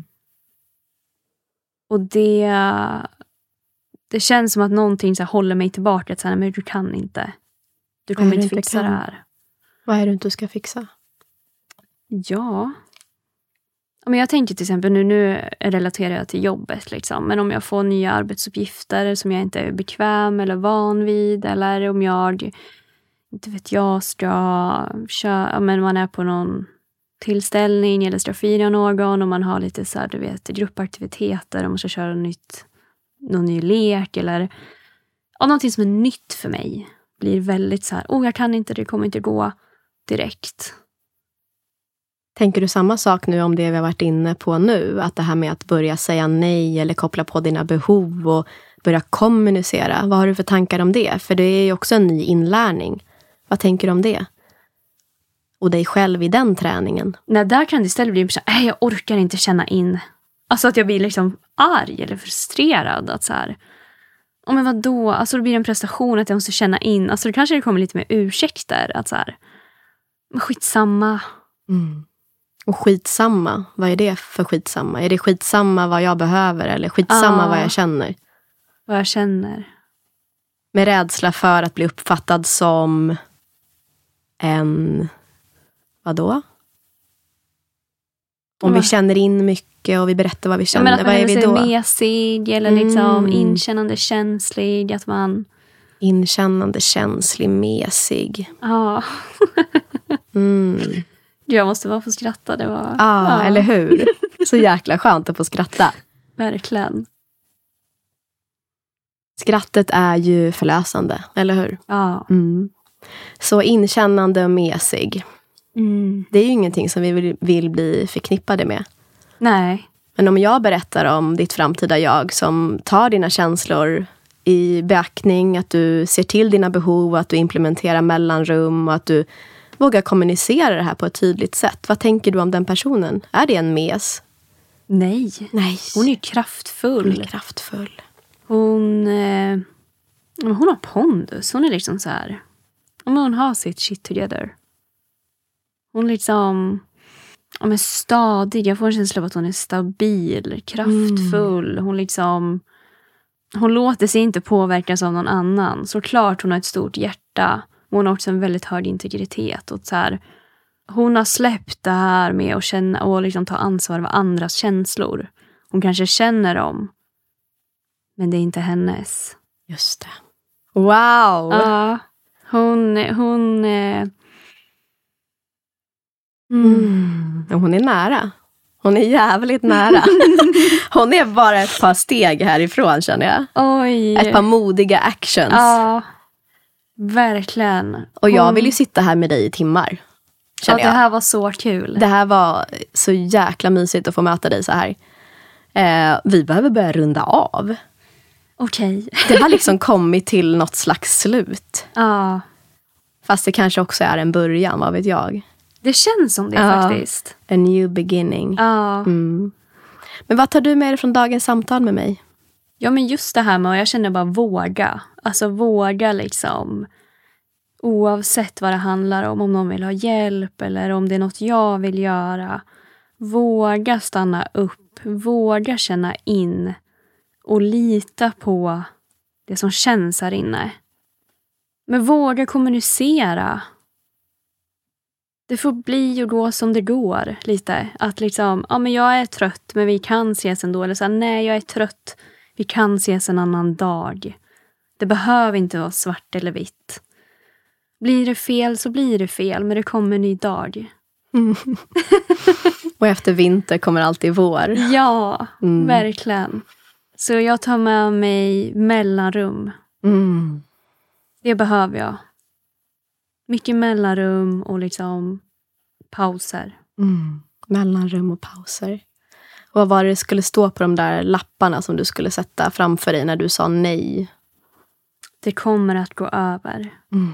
Och det känns som att någonting så här håller mig tillbaka. Att så här, men du kan inte. Du kommer inte fixa det här. Vad är det du ska fixa? Ja. Men jag tänker till exempel, nu relaterar jag till jobbet liksom. Men om jag får nya arbetsuppgifter som jag inte är bekväm eller van vid. Eller om jag, inte vet jag, ska köra, men man är på någon tillställning eller ska fira någon. Och man har lite så här, du vet, gruppaktiviteter. Om man ska köra någon ny lek. Eller någonting som är nytt för mig. Blir väldigt så här, jag kan inte, det kommer inte gå direkt. Tänker du samma sak nu om det vi har varit inne på nu? Att det här med att börja säga nej eller koppla på dina behov och börja kommunicera. Vad har du för tankar om det? För det är ju också en ny inlärning. Vad tänker du om det? Och dig själv i den träningen? Nej, där kan det istället bli så här, jag orkar inte känna in. Alltså att jag blir liksom arg eller frustrerad. Att så här, men vadå? Alltså det blir en prestation att jag måste känna in. Alltså det kanske kommer lite mer ursäkter. Att så här, men skitsamma. Och skitsamma, vad är det för skitsamma? Är det skitsamma vad jag behöver eller skitsamma vad jag känner? Vad jag känner. Med rädsla för att bli uppfattad som en, vadå? Om vi känner in mycket och vi berättar vad vi känner, att man vad är vi då? mesig eller liksom inkännande känslig. Att man... Inkännande, känslig, mesig. Ja. Jag måste bara få skratta. Det var... Ja, eller hur? Så jäkla skönt att få skratta. Verkligen. Skrattet är ju förlösande, eller hur? Ja. Så inkännande och mesig. Det är ju ingenting som vi vill bli förknippade med. Nej. Men om jag berättar om ditt framtida jag som tar dina känslor i beaktning, att du ser till dina behov, att du implementerar mellanrum och att du vågar kommunicera det här på ett tydligt sätt. Vad tänker du om den personen? Är det en mes? Nej. Hon är kraftfull. Hon har pondus. Hon är liksom så här. Hon har sitt shit together. Hon liksom är stadig. Jag får en känsla av att hon är stabil, kraftfull. Hon låter sig inte påverkas av någon annan. Såklart hon har ett stort hjärta. Hon har också en väldigt hög integritet. Och så här, hon har släppt det här med att känna och liksom ta ansvar för andras känslor. Hon kanske känner dem. Men det är inte hennes. Just det. Wow! Ja, hon är nära. Hon är jävligt nära. Hon är bara ett par steg härifrån, känner jag. Oj. Ett par modiga actions. Ja, verkligen. Och jag vill ju sitta här med dig i timmar. Ja, det här var så kul. Det här var så jäkla mysigt att få möta dig så här. Vi behöver börja runda av. Okej. Det har liksom kommit till något slags slut. Ja. Fast det kanske också är en början, vad vet jag. Det känns som det faktiskt. A new beginning. Ja. Men vad tar du med dig från dagens samtal med mig? Ja, men just det här med att jag känner bara våga. Alltså våga liksom. Oavsett vad det handlar om någon vill ha hjälp eller om det är något jag vill göra. Våga stanna upp. Våga känna in. Och lita på det som känns här inne. Men våga kommunicera. Det får bli och gå som det går lite. Att liksom, ja men jag är trött men vi kan ses ändå. Eller så här, nej jag är trött, vi kan ses en annan dag. Det behöver inte vara svart eller vitt. Blir det fel så blir det fel, men det kommer en ny dag. Och efter vinter kommer alltid vår. Ja, verkligen. Så jag tar med mig mellanrum. Det behöver jag. Mycket mellanrum och liksom pauser. Mellanrum och pauser. Och vad var det skulle stå på de där lapparna som du skulle sätta framför dig när du sa nej? Det kommer att gå över.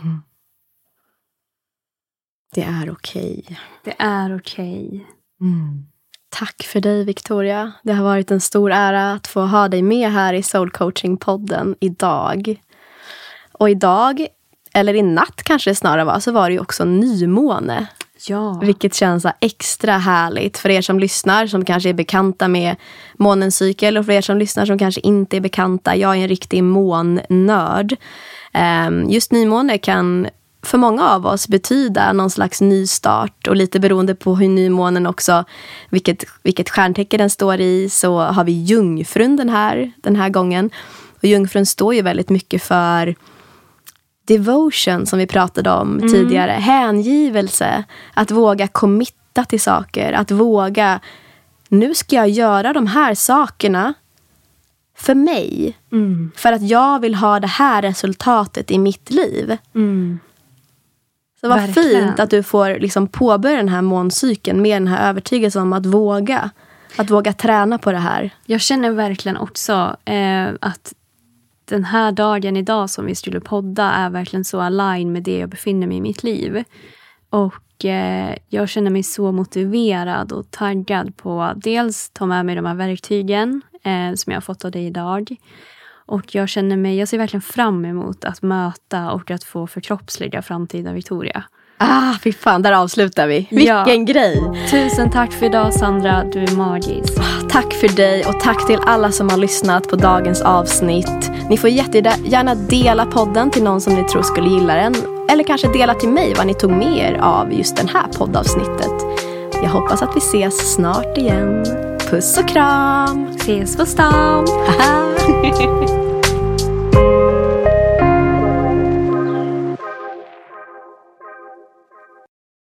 Det är okej. Det är okej. Tack för dig, Victoria. Det har varit en stor ära att få ha dig med här i Soul Coaching-podden idag. Och idag, eller i natt kanske det snarare var, så var det ju också nymåne. Ja. Vilket känns extra härligt för er som lyssnar, som kanske är bekanta med månens cykel, och för er som lyssnar som kanske inte är bekanta. Jag är en riktig månnörd. Just nymåne kan för många av oss betyda någon slags nystart, och lite beroende på hur nymånen också, vilket stjärntecken den står i, så har vi jungfrun den här gången. Och jungfrun står ju väldigt mycket för devotion, som vi pratade om tidigare. Hängivelse. Att våga committa till saker. Att våga, nu ska jag göra de här sakerna för mig. För att jag vill ha det här resultatet i mitt liv. Så vad fint att du får liksom påbörja den här måncykeln med den här övertygelsen om att våga träna på det här. Jag känner verkligen också att den här dagen idag som vi skulle podda är verkligen så align med det jag befinner mig i mitt liv. Och jag känner mig så motiverad och taggad på dels ta med mig de här verktygen som jag har fått av dig idag. Och jag ser verkligen fram emot att möta och att få förkroppsliga framtida Victoria. Fy fan, där avslutar vi. Vilken grej! Tusen tack för idag, Sandra, du är magisk. Tack för dig, och tack till alla som har lyssnat på dagens avsnitt. Ni får jättegärna dela podden till någon som ni tror skulle gilla den. Eller kanske dela till mig vad ni tog med er av just den här poddavsnittet. Jag hoppas att vi ses snart igen. Puss och kram! Ses på stan!